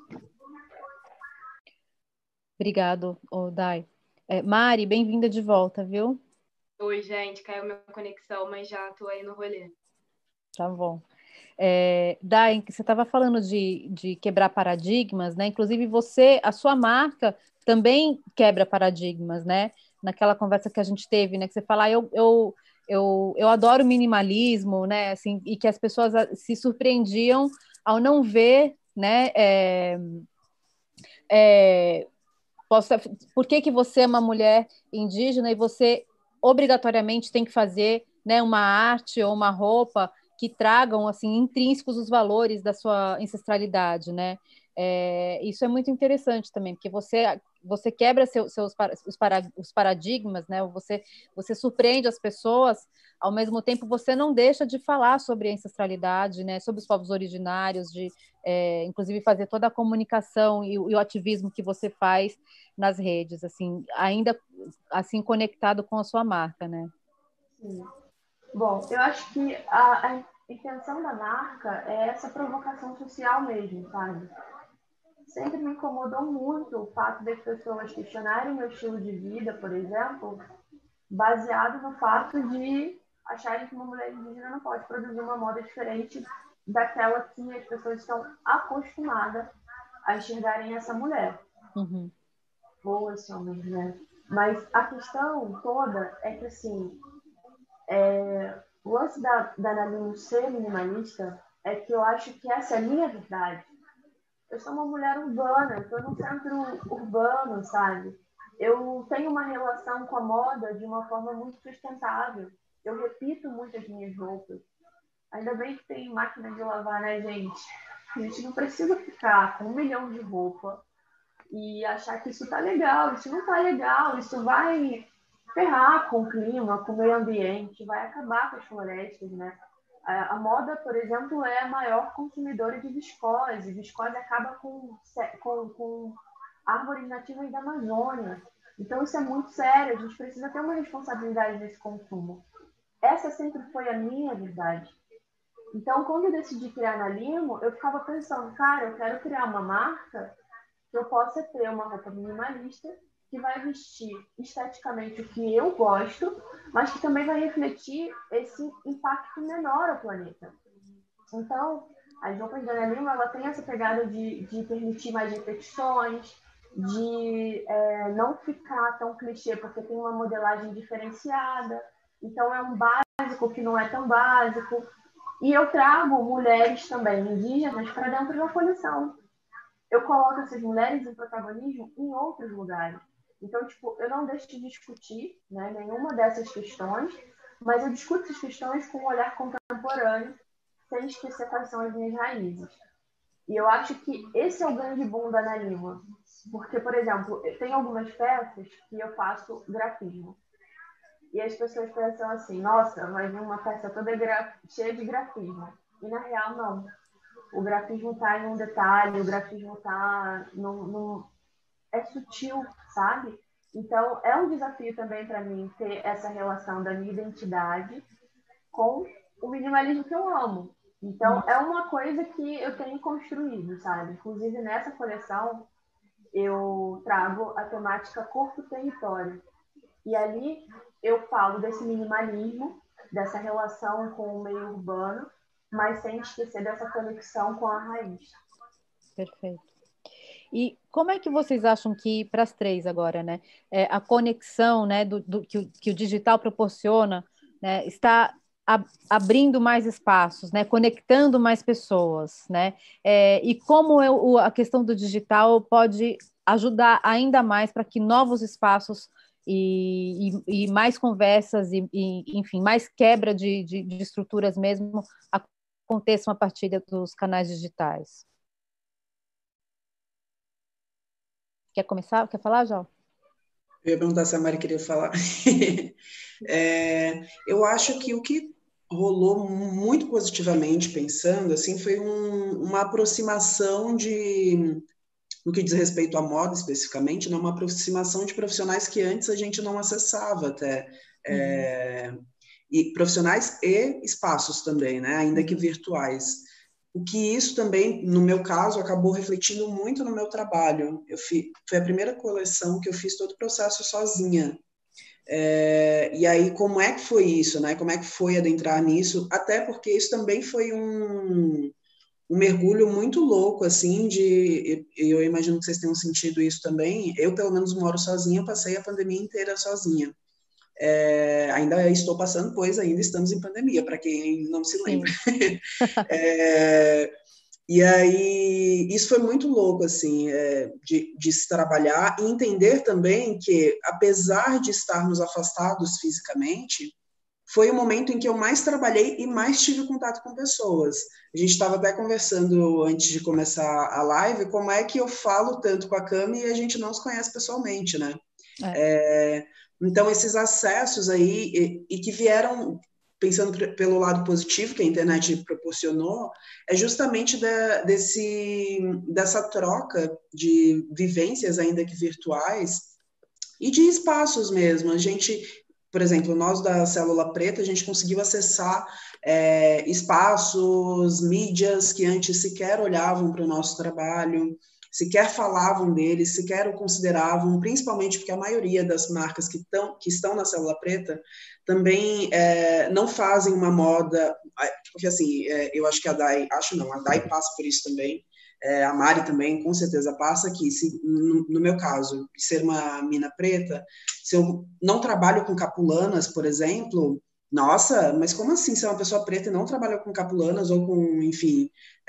Obrigado, Day. É, Mari, bem-vinda de volta, viu? Oi, gente. Caiu minha conexão, mas já estou aí no rolê. Tá bom. É, Day, você estava falando de, de quebrar paradigmas, né? Inclusive, você, a sua marca também quebra paradigmas, né? Naquela conversa que a gente teve, né? Que você fala, ah, eu, eu, eu, eu adoro minimalismo, né? Assim, e que as pessoas se surpreendiam ao não ver, né? É, é, posso, por que que você é uma mulher indígena e você obrigatoriamente tem que fazer, né, uma arte ou uma roupa que tragam assim intrínsecos os valores da sua ancestralidade, né? É, isso é muito interessante também, porque você você quebra seu, seus os, para, os paradigmas, né? Você você surpreende as pessoas, ao mesmo tempo você não deixa de falar sobre a ancestralidade, né? Sobre os povos originários, de é, inclusive fazer toda a comunicação e, e o ativismo que você faz nas redes, assim, ainda assim conectado com a sua marca, né? Sim. Bom, eu acho que a, a intenção da marca é essa provocação social mesmo, sabe? Sempre me incomodou muito o fato das pessoas questionarem meu estilo de vida, por exemplo, baseado no fato de acharem que uma mulher indígena não pode produzir uma moda diferente daquela que as pessoas estão acostumadas a enxergarem essa mulher. Uhum. Ou esse homem, né? Mas a questão toda é que, assim, é, o lance da, da Naline ser minimalista é que eu acho que essa é a minha verdade. Eu sou uma mulher urbana, eu estou num centro urbano, sabe? Eu tenho uma relação com a moda de uma forma muito sustentável. Eu repito muito as minhas roupas. Ainda bem que tem máquina de lavar, né, gente? A gente não precisa ficar com um milhão de roupas e achar que isso tá legal. Isso não tá legal, isso vai ferrar com o clima, com o meio ambiente, vai acabar com as florestas, né? A, a moda, por exemplo, é a maior consumidora de viscose. Viscose acaba com, com, com árvores nativas da Amazônia. Então isso é muito sério, a gente precisa ter uma responsabilidade nesse consumo. Essa sempre foi a minha verdade. Então, quando eu decidi criar na Limo, eu ficava pensando, cara, eu quero criar uma marca que eu possa ter uma roupa minimalista que vai vestir esteticamente o que eu gosto, mas que também vai refletir esse impacto menor ao planeta. Então, as roupas da Ana Lima, ela tem essa pegada de, de permitir mais repetições, de é, não ficar tão clichê, porque tem uma modelagem diferenciada. Então, é um básico que não é tão básico. E eu trago mulheres também indígenas para dentro da coleção. Eu coloco essas mulheres em protagonismo em outros lugares. Então, tipo, eu não deixo de discutir, né, nenhuma dessas questões, mas eu discuto essas questões com um olhar contemporâneo, sem esquecer quais são as minhas raízes. E eu acho que esse é o grande boom da Ana Lima. Porque, por exemplo, tem algumas peças que eu faço grafismo. E as pessoas pensam assim, nossa, mas uma peça toda gra... cheia de grafismo. E, na real, não. O grafismo está em um detalhe, o grafismo está num, num... é sutil, sabe? Então, é um desafio também para mim ter essa relação da minha identidade com o minimalismo que eu amo. Então, é uma coisa que eu tenho construído, sabe? Inclusive, nessa coleção, eu trago a temática corpo-território. E ali eu falo desse minimalismo, dessa relação com o meio urbano, mas sem esquecer dessa conexão com a raiz. Perfeito. E como é que vocês acham que, para as três agora, né, é, a conexão, né, do, do, que, o, que o digital proporciona, né, está a, abrindo mais espaços, né, conectando mais pessoas, né, é, e como é o, a questão do digital pode ajudar ainda mais para que novos espaços e, e, e mais conversas e, e, enfim, mais quebra de, de, de estruturas mesmo aconteçam a partir dos canais digitais. Quer começar? Quer falar, João? Eu ia perguntar se a Mari queria falar. é, eu acho que o que rolou muito positivamente, pensando, assim, foi um, uma aproximação de, no que diz respeito à moda especificamente, né, uma aproximação de profissionais que antes a gente não acessava até. É, uhum. E profissionais e espaços também, né, ainda que virtuais. O que isso também, no meu caso, acabou refletindo muito no meu trabalho. Eu fi, foi a primeira coleção que eu fiz todo o processo sozinha. É, e aí, como é que foi isso, né? Como é que foi adentrar nisso? Até porque isso também foi um, um mergulho muito louco, assim, de... E eu imagino que vocês tenham sentido isso também. Eu, pelo menos, moro sozinha, passei a pandemia inteira sozinha. É, ainda estou passando, pois ainda estamos em pandemia, para quem não se lembra. é, E aí, isso foi muito louco, assim, é, de, de se trabalhar e entender também que, apesar de estarmos afastados fisicamente, foi o momento em que eu mais trabalhei e mais tive contato com pessoas. A gente estava até conversando antes de começar a live, como é que eu falo tanto com a Cami e a gente não se conhece pessoalmente, né? É. É, então, esses acessos aí, e, e que vieram, pensando pelo lado positivo que a internet proporcionou, é justamente da, desse, dessa troca de vivências, ainda que virtuais, e de espaços mesmo. A gente, por exemplo, nós da Célula Preta, a gente conseguiu acessar é, espaços, mídias que antes sequer olhavam para o nosso trabalho, sequer falavam deles, sequer o consideravam, principalmente porque a maioria das marcas que, tão, que estão na Célula Preta também é, não fazem uma moda, porque assim, é, eu acho que a Dai, acho não, a Dai passa por isso também, é, a Mari também, com certeza, passa que, se, no, no meu caso, ser uma mina preta, se eu não trabalho com capulanas, por exemplo, nossa, mas como assim ser uma pessoa preta e não trabalha com capulanas ou com, enfim,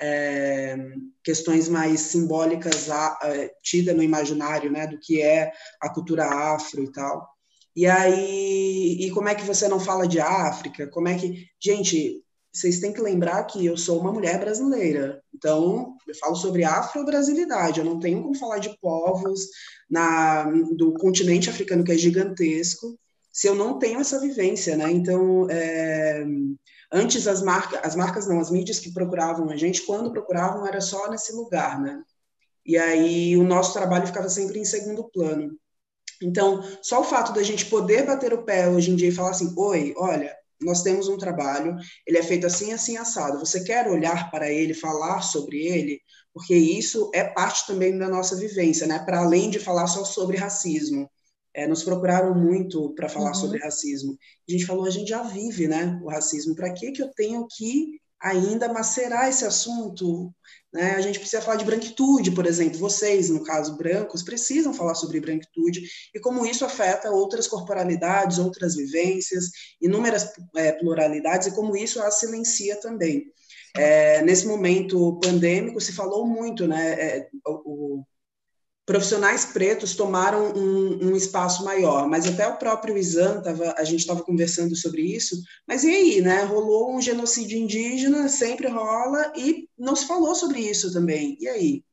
é, questões mais simbólicas a, a, tida no imaginário, né, do que é a cultura afro e tal. E aí, e como é que você não fala de África? Como é que... Gente, vocês têm que lembrar que eu sou uma mulher brasileira, então eu falo sobre afro-brasilidade, eu não tenho como falar de povos na, do continente africano, que é gigantesco, se eu não tenho essa vivência, né? Então, é, antes as marcas, as marcas não, as mídias que procuravam a gente, quando procuravam, era só nesse lugar, né? E aí o nosso trabalho ficava sempre em segundo plano. Então, só o fato da gente poder bater o pé hoje em dia e falar assim, oi, olha, nós temos um trabalho, ele é feito assim, assim, assado. Você quer olhar para ele, falar sobre ele? Porque isso é parte também da nossa vivência, né? Para além de falar só sobre racismo. É, nos procuraram muito para falar uhum. sobre racismo. A gente falou, a gente já vive, né, o racismo. Para que que eu tenho que ainda macerar esse assunto? Né? A gente precisa falar de branquitude, por exemplo. Vocês, no caso, brancos, precisam falar sobre branquitude e como isso afeta outras corporalidades, outras vivências, inúmeras é, pluralidades, e como isso as silencia também. É, nesse momento pandêmico, se falou muito, né? É, o, o, profissionais pretos tomaram um, um espaço maior, mas até o próprio Izan, tava, a gente estava conversando sobre isso, mas e aí, né? Rolou um genocídio indígena, sempre rola, e não se falou sobre isso também, e aí?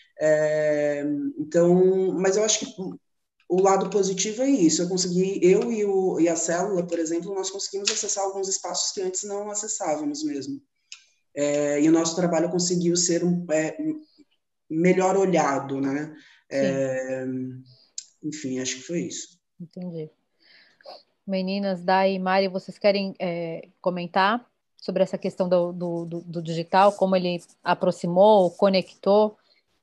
É, então, mas eu acho que o lado positivo é isso, eu consegui, eu e, o, e a Célula, por exemplo, nós conseguimos acessar alguns espaços que antes não acessávamos mesmo, é, e o nosso trabalho conseguiu ser um, é, melhor olhado, né? É, enfim, acho que foi isso. Entendi. Meninas, Dai e Mari, vocês querem é, comentar sobre essa questão do, do, do, do digital, como ele aproximou, conectou?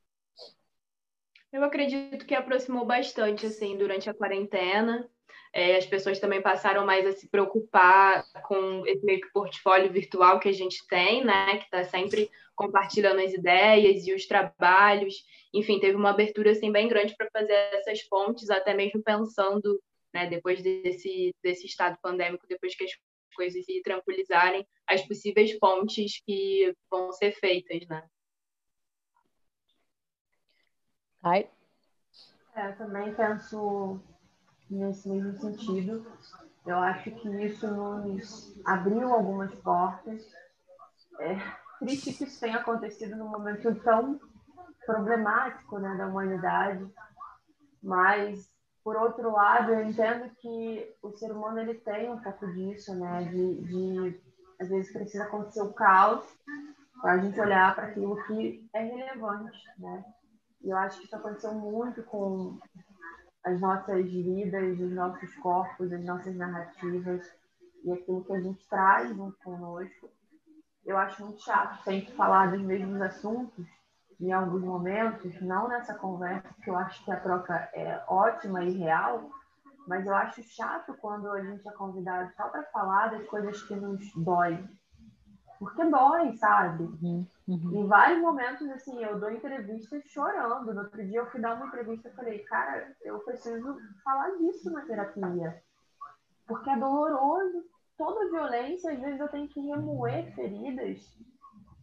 Eu acredito que aproximou bastante, assim, durante a quarentena. É, as pessoas também passaram mais a se preocupar com esse meio que portfólio virtual que a gente tem, né? Que está sempre compartilhando as ideias e os trabalhos. Enfim, teve uma abertura assim, bem grande para fazer essas pontes, até mesmo pensando, né, depois desse, desse estado pandêmico, depois que as coisas se tranquilizarem, as possíveis pontes que vão ser feitas, né? Ai. É, eu também penso nesse mesmo sentido. Eu acho que isso nos abriu algumas portas. É triste que isso tenha acontecido num momento tão problemático, né, da humanidade, mas, por outro lado, eu entendo que o ser humano ele tem um pouco disso, né, de, de às vezes precisa acontecer o caos para a gente olhar para aquilo que é relevante, né? E eu acho que isso aconteceu muito com as nossas vidas, os nossos corpos, as nossas narrativas e aquilo que a gente traz junto conosco. Eu acho muito chato sempre falar dos mesmos assuntos em alguns momentos, não nessa conversa, que eu acho que a troca é ótima e real, mas eu acho chato quando a gente é convidado só para falar das coisas que nos doem. Porque dói, sabe? Uhum, uhum. Em vários momentos, assim, eu dou entrevistas chorando. No outro dia eu fui dar uma entrevista e falei, cara, eu preciso falar disso na terapia. Porque é doloroso. Toda violência, às vezes eu tenho que remoer feridas.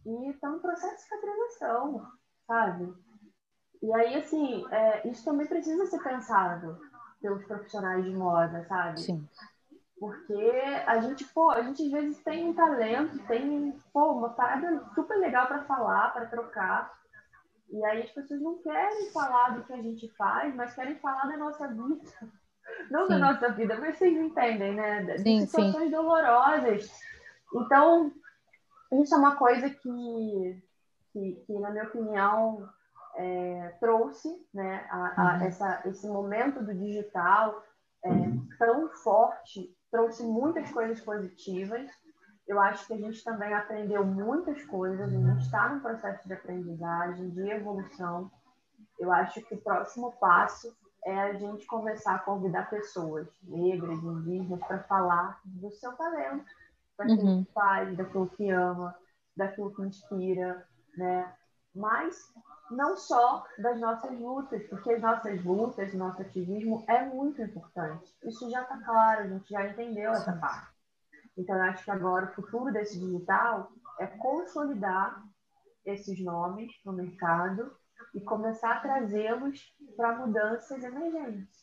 e está no processo de cicatrização, sabe? E aí, assim, é, isso também precisa ser pensado pelos profissionais de moda, sabe? Sim. Porque a gente, pô, a gente às vezes tem um talento, tem, pô, uma parada super legal para falar, para trocar. E aí as pessoas não querem falar do que a gente faz, mas querem falar da nossa vida. Não Sim. da nossa vida, mas vocês entendem, né? De Sim, situações sim. dolorosas. Então, isso é uma coisa que, que, que na minha opinião, é, trouxe, né, a, a, Uhum. essa, esse momento do digital é, tão forte, trouxe muitas coisas positivas. Eu acho que a gente também aprendeu muitas coisas, a gente está num processo de aprendizagem, de evolução. Eu acho que o próximo passo é a gente começar a convidar pessoas negras, indígenas, para falar do seu talento, daquilo Uhum. que faz, daquilo que ama, daquilo que inspira, né? Mas não só das nossas lutas, porque as nossas lutas, nosso ativismo é muito importante. Isso já está claro, a gente já entendeu essa Sim. parte. Então, eu acho que agora o futuro desse digital é consolidar esses nomes no mercado e começar a trazê-los para mudanças emergentes.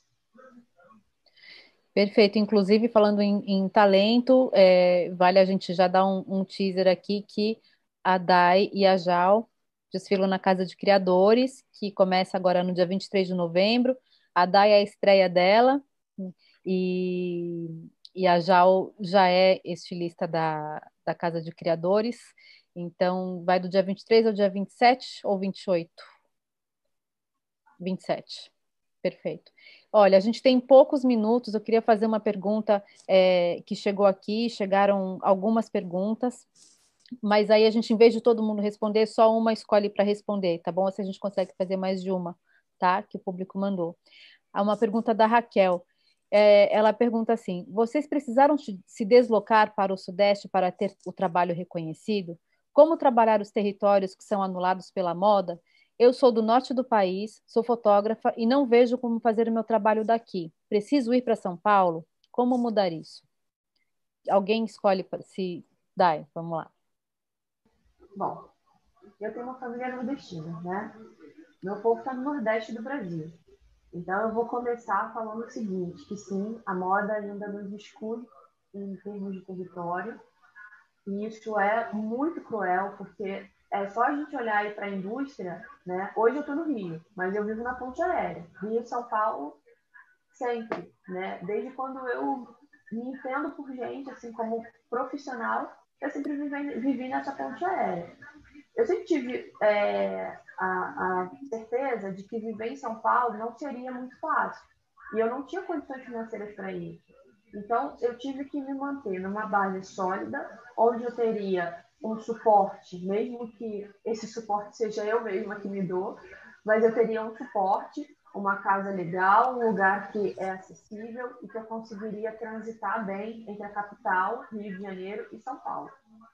Perfeito. Inclusive, falando em, em talento, é, vale a gente já dar um, um teaser aqui que a Dai e a Jal desfilam na Casa de Criadores, que começa agora no dia vinte e três de novembro. A Dai é a estreia dela e, e a Jal já é estilista da, da Casa de Criadores. Então, vai do dia vinte e três ao dia vinte e sete ou vinte e oito? vinte e sete. Perfeito. Olha, a gente tem poucos minutos. Eu queria fazer uma pergunta é, que chegou aqui. Chegaram algumas perguntas, mas aí a gente, em vez de todo mundo responder, só uma escolhe para responder, tá bom? Ou se a gente consegue fazer mais de uma, tá? Que o público mandou. Há uma pergunta da Raquel. É, ela pergunta assim: vocês precisaram se deslocar para o Sudeste para ter o trabalho reconhecido? Como trabalhar os territórios que são anulados pela moda? Eu sou do norte do país, sou fotógrafa e não vejo como fazer o meu trabalho daqui. Preciso ir para São Paulo? Como mudar isso? Alguém escolhe se. Dai, vamos lá. Bom, eu tenho uma família nordestina, né? Meu povo está no Nordeste do Brasil. Então, eu vou começar falando o seguinte, que sim, a moda ainda nos exclui em termos de território, e isso é muito cruel, porque é só a gente olhar aí para a indústria, né? Hoje eu estou no Rio, mas eu vivo na Ponte Aérea. Rio e São Paulo, sempre, né? Desde quando eu me entendo por gente, assim, como profissional, eu sempre vivi, vivi nessa ponte aérea. Eu sempre tive é, a, a certeza de que viver em São Paulo não seria muito fácil. E eu não tinha condições financeiras para isso. Então, eu tive que me manter numa base sólida, onde eu teria um suporte, mesmo que esse suporte seja eu mesma que me dou, mas eu teria um suporte, uma casa legal, um lugar que é acessível e que eu conseguiria transitar bem entre a capital, Rio de Janeiro e São Paulo.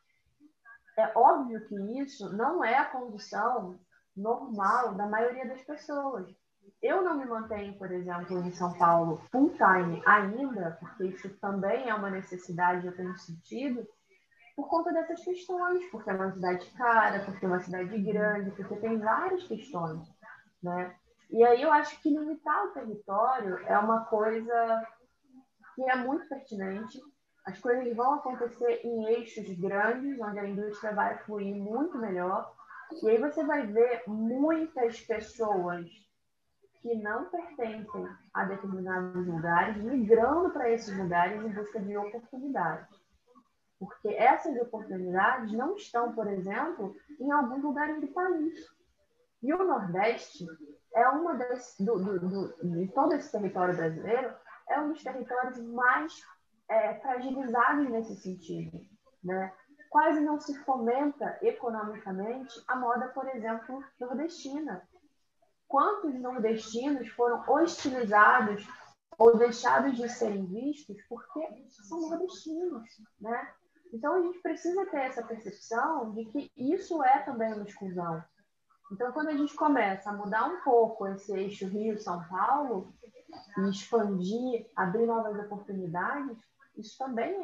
É óbvio que isso não é a condição normal da maioria das pessoas. Eu não me mantenho, por exemplo, em São Paulo full time ainda, porque isso também é uma necessidade, eu tenho sentido, por conta dessas questões, porque é uma cidade cara, porque é uma cidade grande, porque tem várias questões, né? E aí eu acho que limitar o território é uma coisa que é muito pertinente. As coisas vão acontecer em eixos grandes, onde a indústria vai fluir muito melhor. E aí você vai ver muitas pessoas que não pertencem a determinados lugares migrando para esses lugares em busca de oportunidades. Porque essas oportunidades não estão, por exemplo, em alguns lugares do país. E o Nordeste é uma das, do, do, do, de todo esse território brasileiro, é um dos territórios mais é, fragilizados nesse sentido, né? Quase não se fomenta economicamente a moda, por exemplo, nordestina. Quantos nordestinos foram hostilizados ou deixados de serem vistos porque são nordestinos, né? Então, a gente precisa ter essa percepção de que isso é também uma exclusão. Então, quando a gente começa a mudar um pouco esse eixo Rio-São Paulo e expandir, abrir novas oportunidades, isso também é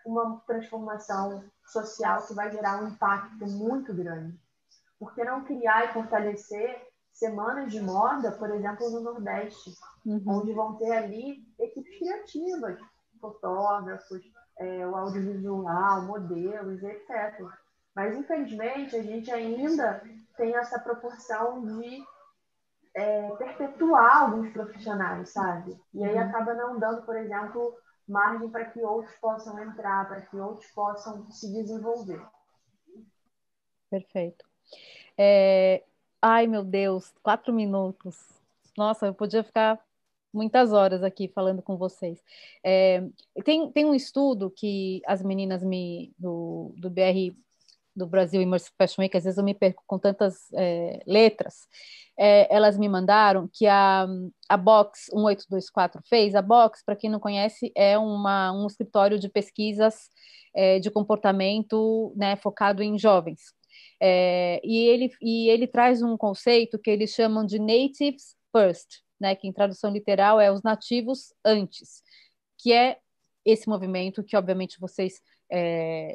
uma transformação social que vai gerar um impacto muito grande. Por que não criar e fortalecer semanas de moda, por exemplo, no Nordeste, uhum. onde vão ter ali equipes criativas, fotógrafos, é, o audiovisual, modelos, etcétera. Mas, infelizmente, a gente ainda tem essa proporção de é, perpetuar alguns profissionais, sabe? E aí acaba não dando, por exemplo, margem para que outros possam entrar, para que outros possam se desenvolver. Perfeito. É... Ai, meu Deus, quatro minutos. Nossa, eu podia ficar muitas horas aqui falando com vocês. É... Tem, tem um estudo que as meninas me, do, do B R, do Brasil Immersive Fashion Week, às vezes eu me perco com tantas é, letras, é, elas me mandaram que a, a Box um oito dois quatro fez. A Box, para quem não conhece, é uma, um escritório de pesquisas é, de comportamento, né, focado em jovens. É, e, ele, e ele traz um conceito que eles chamam de Natives First, né, que em tradução literal é os nativos antes, que é esse movimento que, obviamente, vocês... É,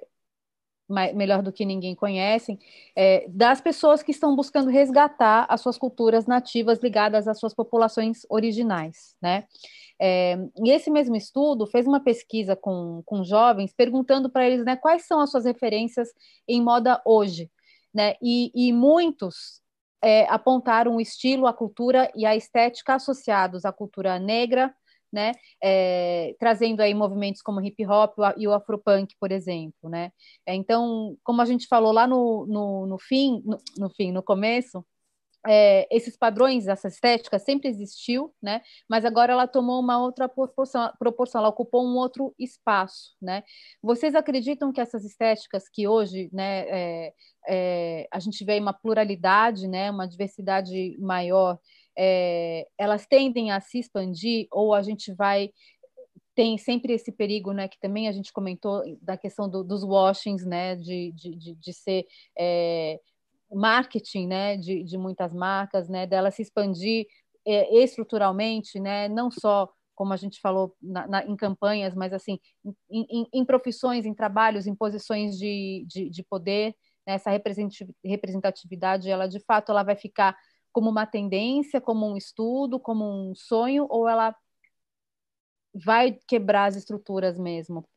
melhor do que ninguém conhecem, é, das pessoas que estão buscando resgatar as suas culturas nativas ligadas às suas populações originais, né? É, e esse mesmo estudo fez uma pesquisa com, com jovens, perguntando para eles, né, quais são as suas referências em moda hoje, né? E, e muitos é, apontaram o estilo, a cultura e a estética associados à cultura negra, né, é, trazendo aí movimentos como hip hop e o afropunk, por exemplo, né? Então, como a gente falou lá no, no, no fim, no, no fim, no começo, é, esses padrões, essa estética sempre existiu, né? Mas agora ela tomou uma outra proporção, proporção, ela ocupou um outro espaço, né? Vocês acreditam que essas estéticas que hoje, né, é, é, a gente vê uma pluralidade, né, uma diversidade maior, é, elas tendem a se expandir, ou a gente vai... Tem sempre esse perigo, né, que também a gente comentou da questão do, dos washings, né, de, de, de, de ser é, marketing, né, de, de muitas marcas, né, dela se expandir é, estruturalmente, né, não só, como a gente falou, na, na, em campanhas, mas assim, em, em, em profissões, em trabalhos, em posições de, de, de poder, né, essa representatividade, ela de fato ela vai ficar como uma tendência, como um estudo, como um sonho, ou ela vai quebrar as estruturas mesmo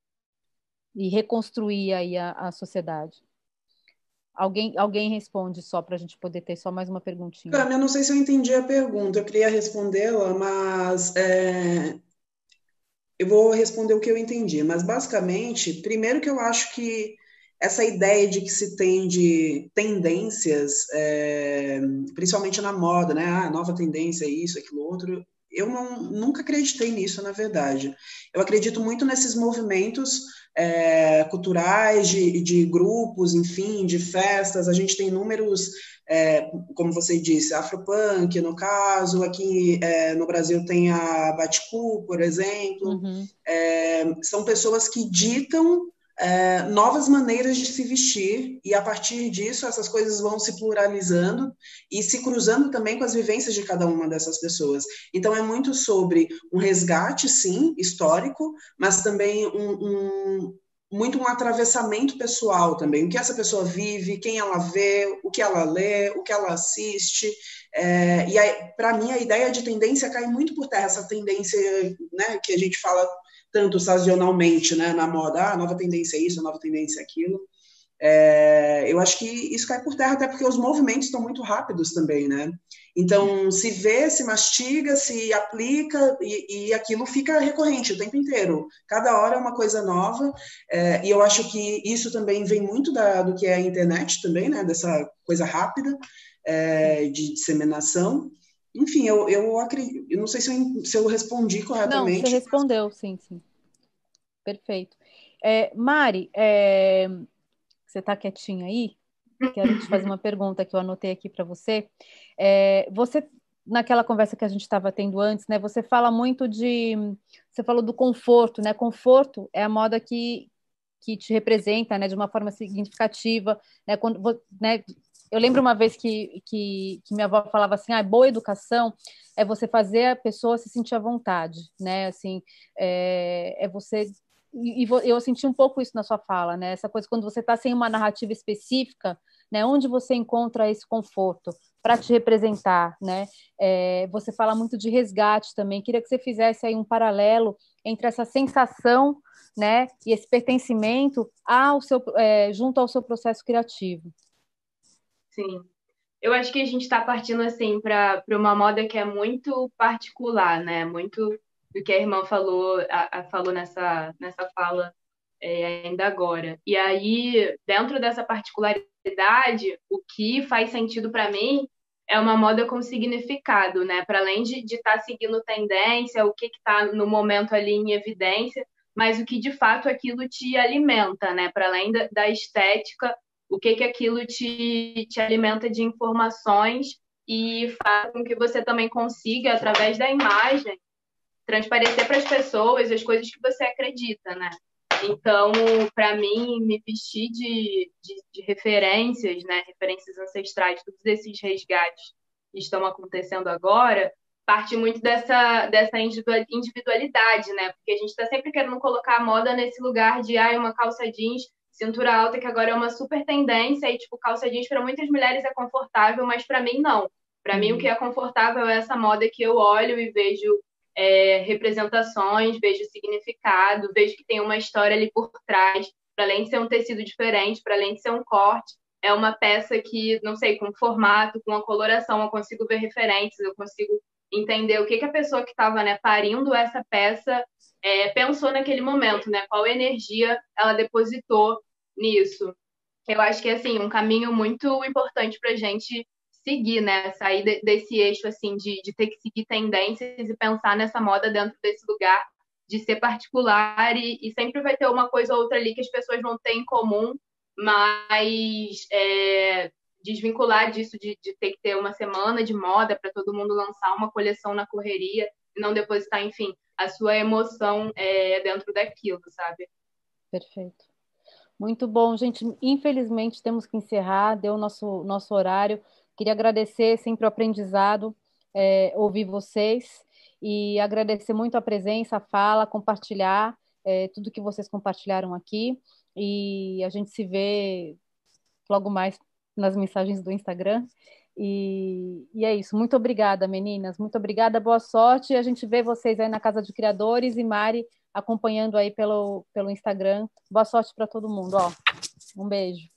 e reconstruir aí a, a sociedade? Alguém, alguém responde só para a gente poder ter só mais uma perguntinha. Cami, eu não sei se eu entendi a pergunta, eu queria respondê-la, mas é, eu vou responder o que eu entendi. Mas basicamente, primeiro que eu acho que essa ideia de que se tem de tendências, é, principalmente na moda, né? Ah, nova tendência, isso, aquilo, outro. Eu não, nunca acreditei nisso, na verdade. Eu acredito muito nesses movimentos é, culturais, de, de grupos, enfim, de festas. A gente tem números, é, como você disse, Afropunk, no caso. Aqui é, no Brasil tem a Baticu, por exemplo. Uhum. É, são pessoas que ditam É, novas maneiras de se vestir, e a partir disso essas coisas vão se pluralizando e se cruzando também com as vivências de cada uma dessas pessoas. Então é muito sobre um resgate, sim, histórico, mas também um, um, muito um atravessamento pessoal também, o que essa pessoa vive, quem ela vê, o que ela lê, o que ela assiste. É, e para mim a ideia de tendência cai muito por terra, essa tendência, né, que a gente fala tanto sazonalmente, né, na moda, ah, nova tendência é isso, nova tendência é aquilo. É, eu acho que isso cai por terra, até porque os movimentos estão muito rápidos também, né? Então, se vê, se mastiga, se aplica, e, e aquilo fica recorrente o tempo inteiro. Cada hora é uma coisa nova, é, e eu acho que isso também vem muito da, do que é a internet também, né? Dessa coisa rápida, é, de disseminação. Enfim, eu, eu acredito, eu não sei se eu, se eu respondi corretamente. Não, você respondeu, sim, sim. Perfeito. É, Mari, é, você está quietinha aí? Quero te fazer uma pergunta que eu anotei aqui para você. É, você, naquela conversa que a gente estava tendo antes, né, você fala muito de... Você falou do conforto, né? Conforto é a moda que, que te representa, né, de uma forma significativa, né? Quando, né, eu lembro uma vez que, que, que minha avó falava assim, ah, boa educação é você fazer a pessoa se sentir à vontade, né? Assim, é, é você e, e eu senti um pouco isso na sua fala, né? Essa coisa quando você está sem uma narrativa específica, né? Onde você encontra esse conforto para te representar, né? É, você fala muito de resgate também. Queria que você fizesse aí um paralelo entre essa sensação, né? E esse pertencimento ao seu, é, junto ao seu processo criativo. Sim. Eu acho que a gente está partindo assim para uma moda que é muito particular, né? Muito do que a irmã falou, a, a falou nessa, nessa fala é, ainda agora. E aí, dentro dessa particularidade, o que faz sentido para mim é uma moda com significado, né? Para além de estar tá seguindo tendência, o que está no momento ali em evidência, mas o que de fato aquilo te alimenta, né? Para além da, da estética, o que, que aquilo te, te alimenta de informações e faz com que você também consiga, através da imagem, transparecer para as pessoas as coisas que você acredita, né? Então, para mim, me vestir de, de, de referências, né? Referências ancestrais, todos esses resgates que estão acontecendo agora, parte muito dessa, dessa individualidade, né? Porque a gente está sempre querendo colocar a moda nesse lugar de ah, uma calça jeans, cintura alta, que agora é uma super tendência, e tipo, calça jeans para muitas mulheres é confortável, mas para mim não. Para uhum. mim, o que é confortável é essa moda que eu olho e vejo é, representações, vejo significado, vejo que tem uma história ali por trás, para além de ser um tecido diferente, para além de ser um corte, é uma peça que, não sei, com formato, com a coloração, eu consigo ver referências, eu consigo entender o que, que a pessoa que estava, né, parindo essa peça é, pensou naquele momento, né? Qual energia ela depositou nisso. Eu acho que é assim, um caminho muito importante para a gente seguir, né? Sair de, desse eixo assim, de, de ter que seguir tendências e pensar nessa moda dentro desse lugar de ser particular e, e sempre vai ter uma coisa ou outra ali que as pessoas vão ter em comum, mas é, desvincular disso de, de ter que ter uma semana de moda para todo mundo lançar uma coleção na correria e não depositar, enfim, a sua emoção é, dentro daquilo, sabe? Perfeito. Muito bom, gente. Infelizmente, temos que encerrar, deu o nosso, nosso horário. Queria agradecer sempre o aprendizado, é, ouvir vocês e agradecer muito a presença, a fala, compartilhar é, tudo que vocês compartilharam aqui. E a gente se vê logo mais nas mensagens do Instagram. E, e é isso. Muito obrigada, meninas. Muito obrigada, boa sorte. A gente vê vocês aí na Casa de Criadores e Mari acompanhando aí pelo, pelo Instagram. Boa sorte para todo mundo. Ó, um beijo.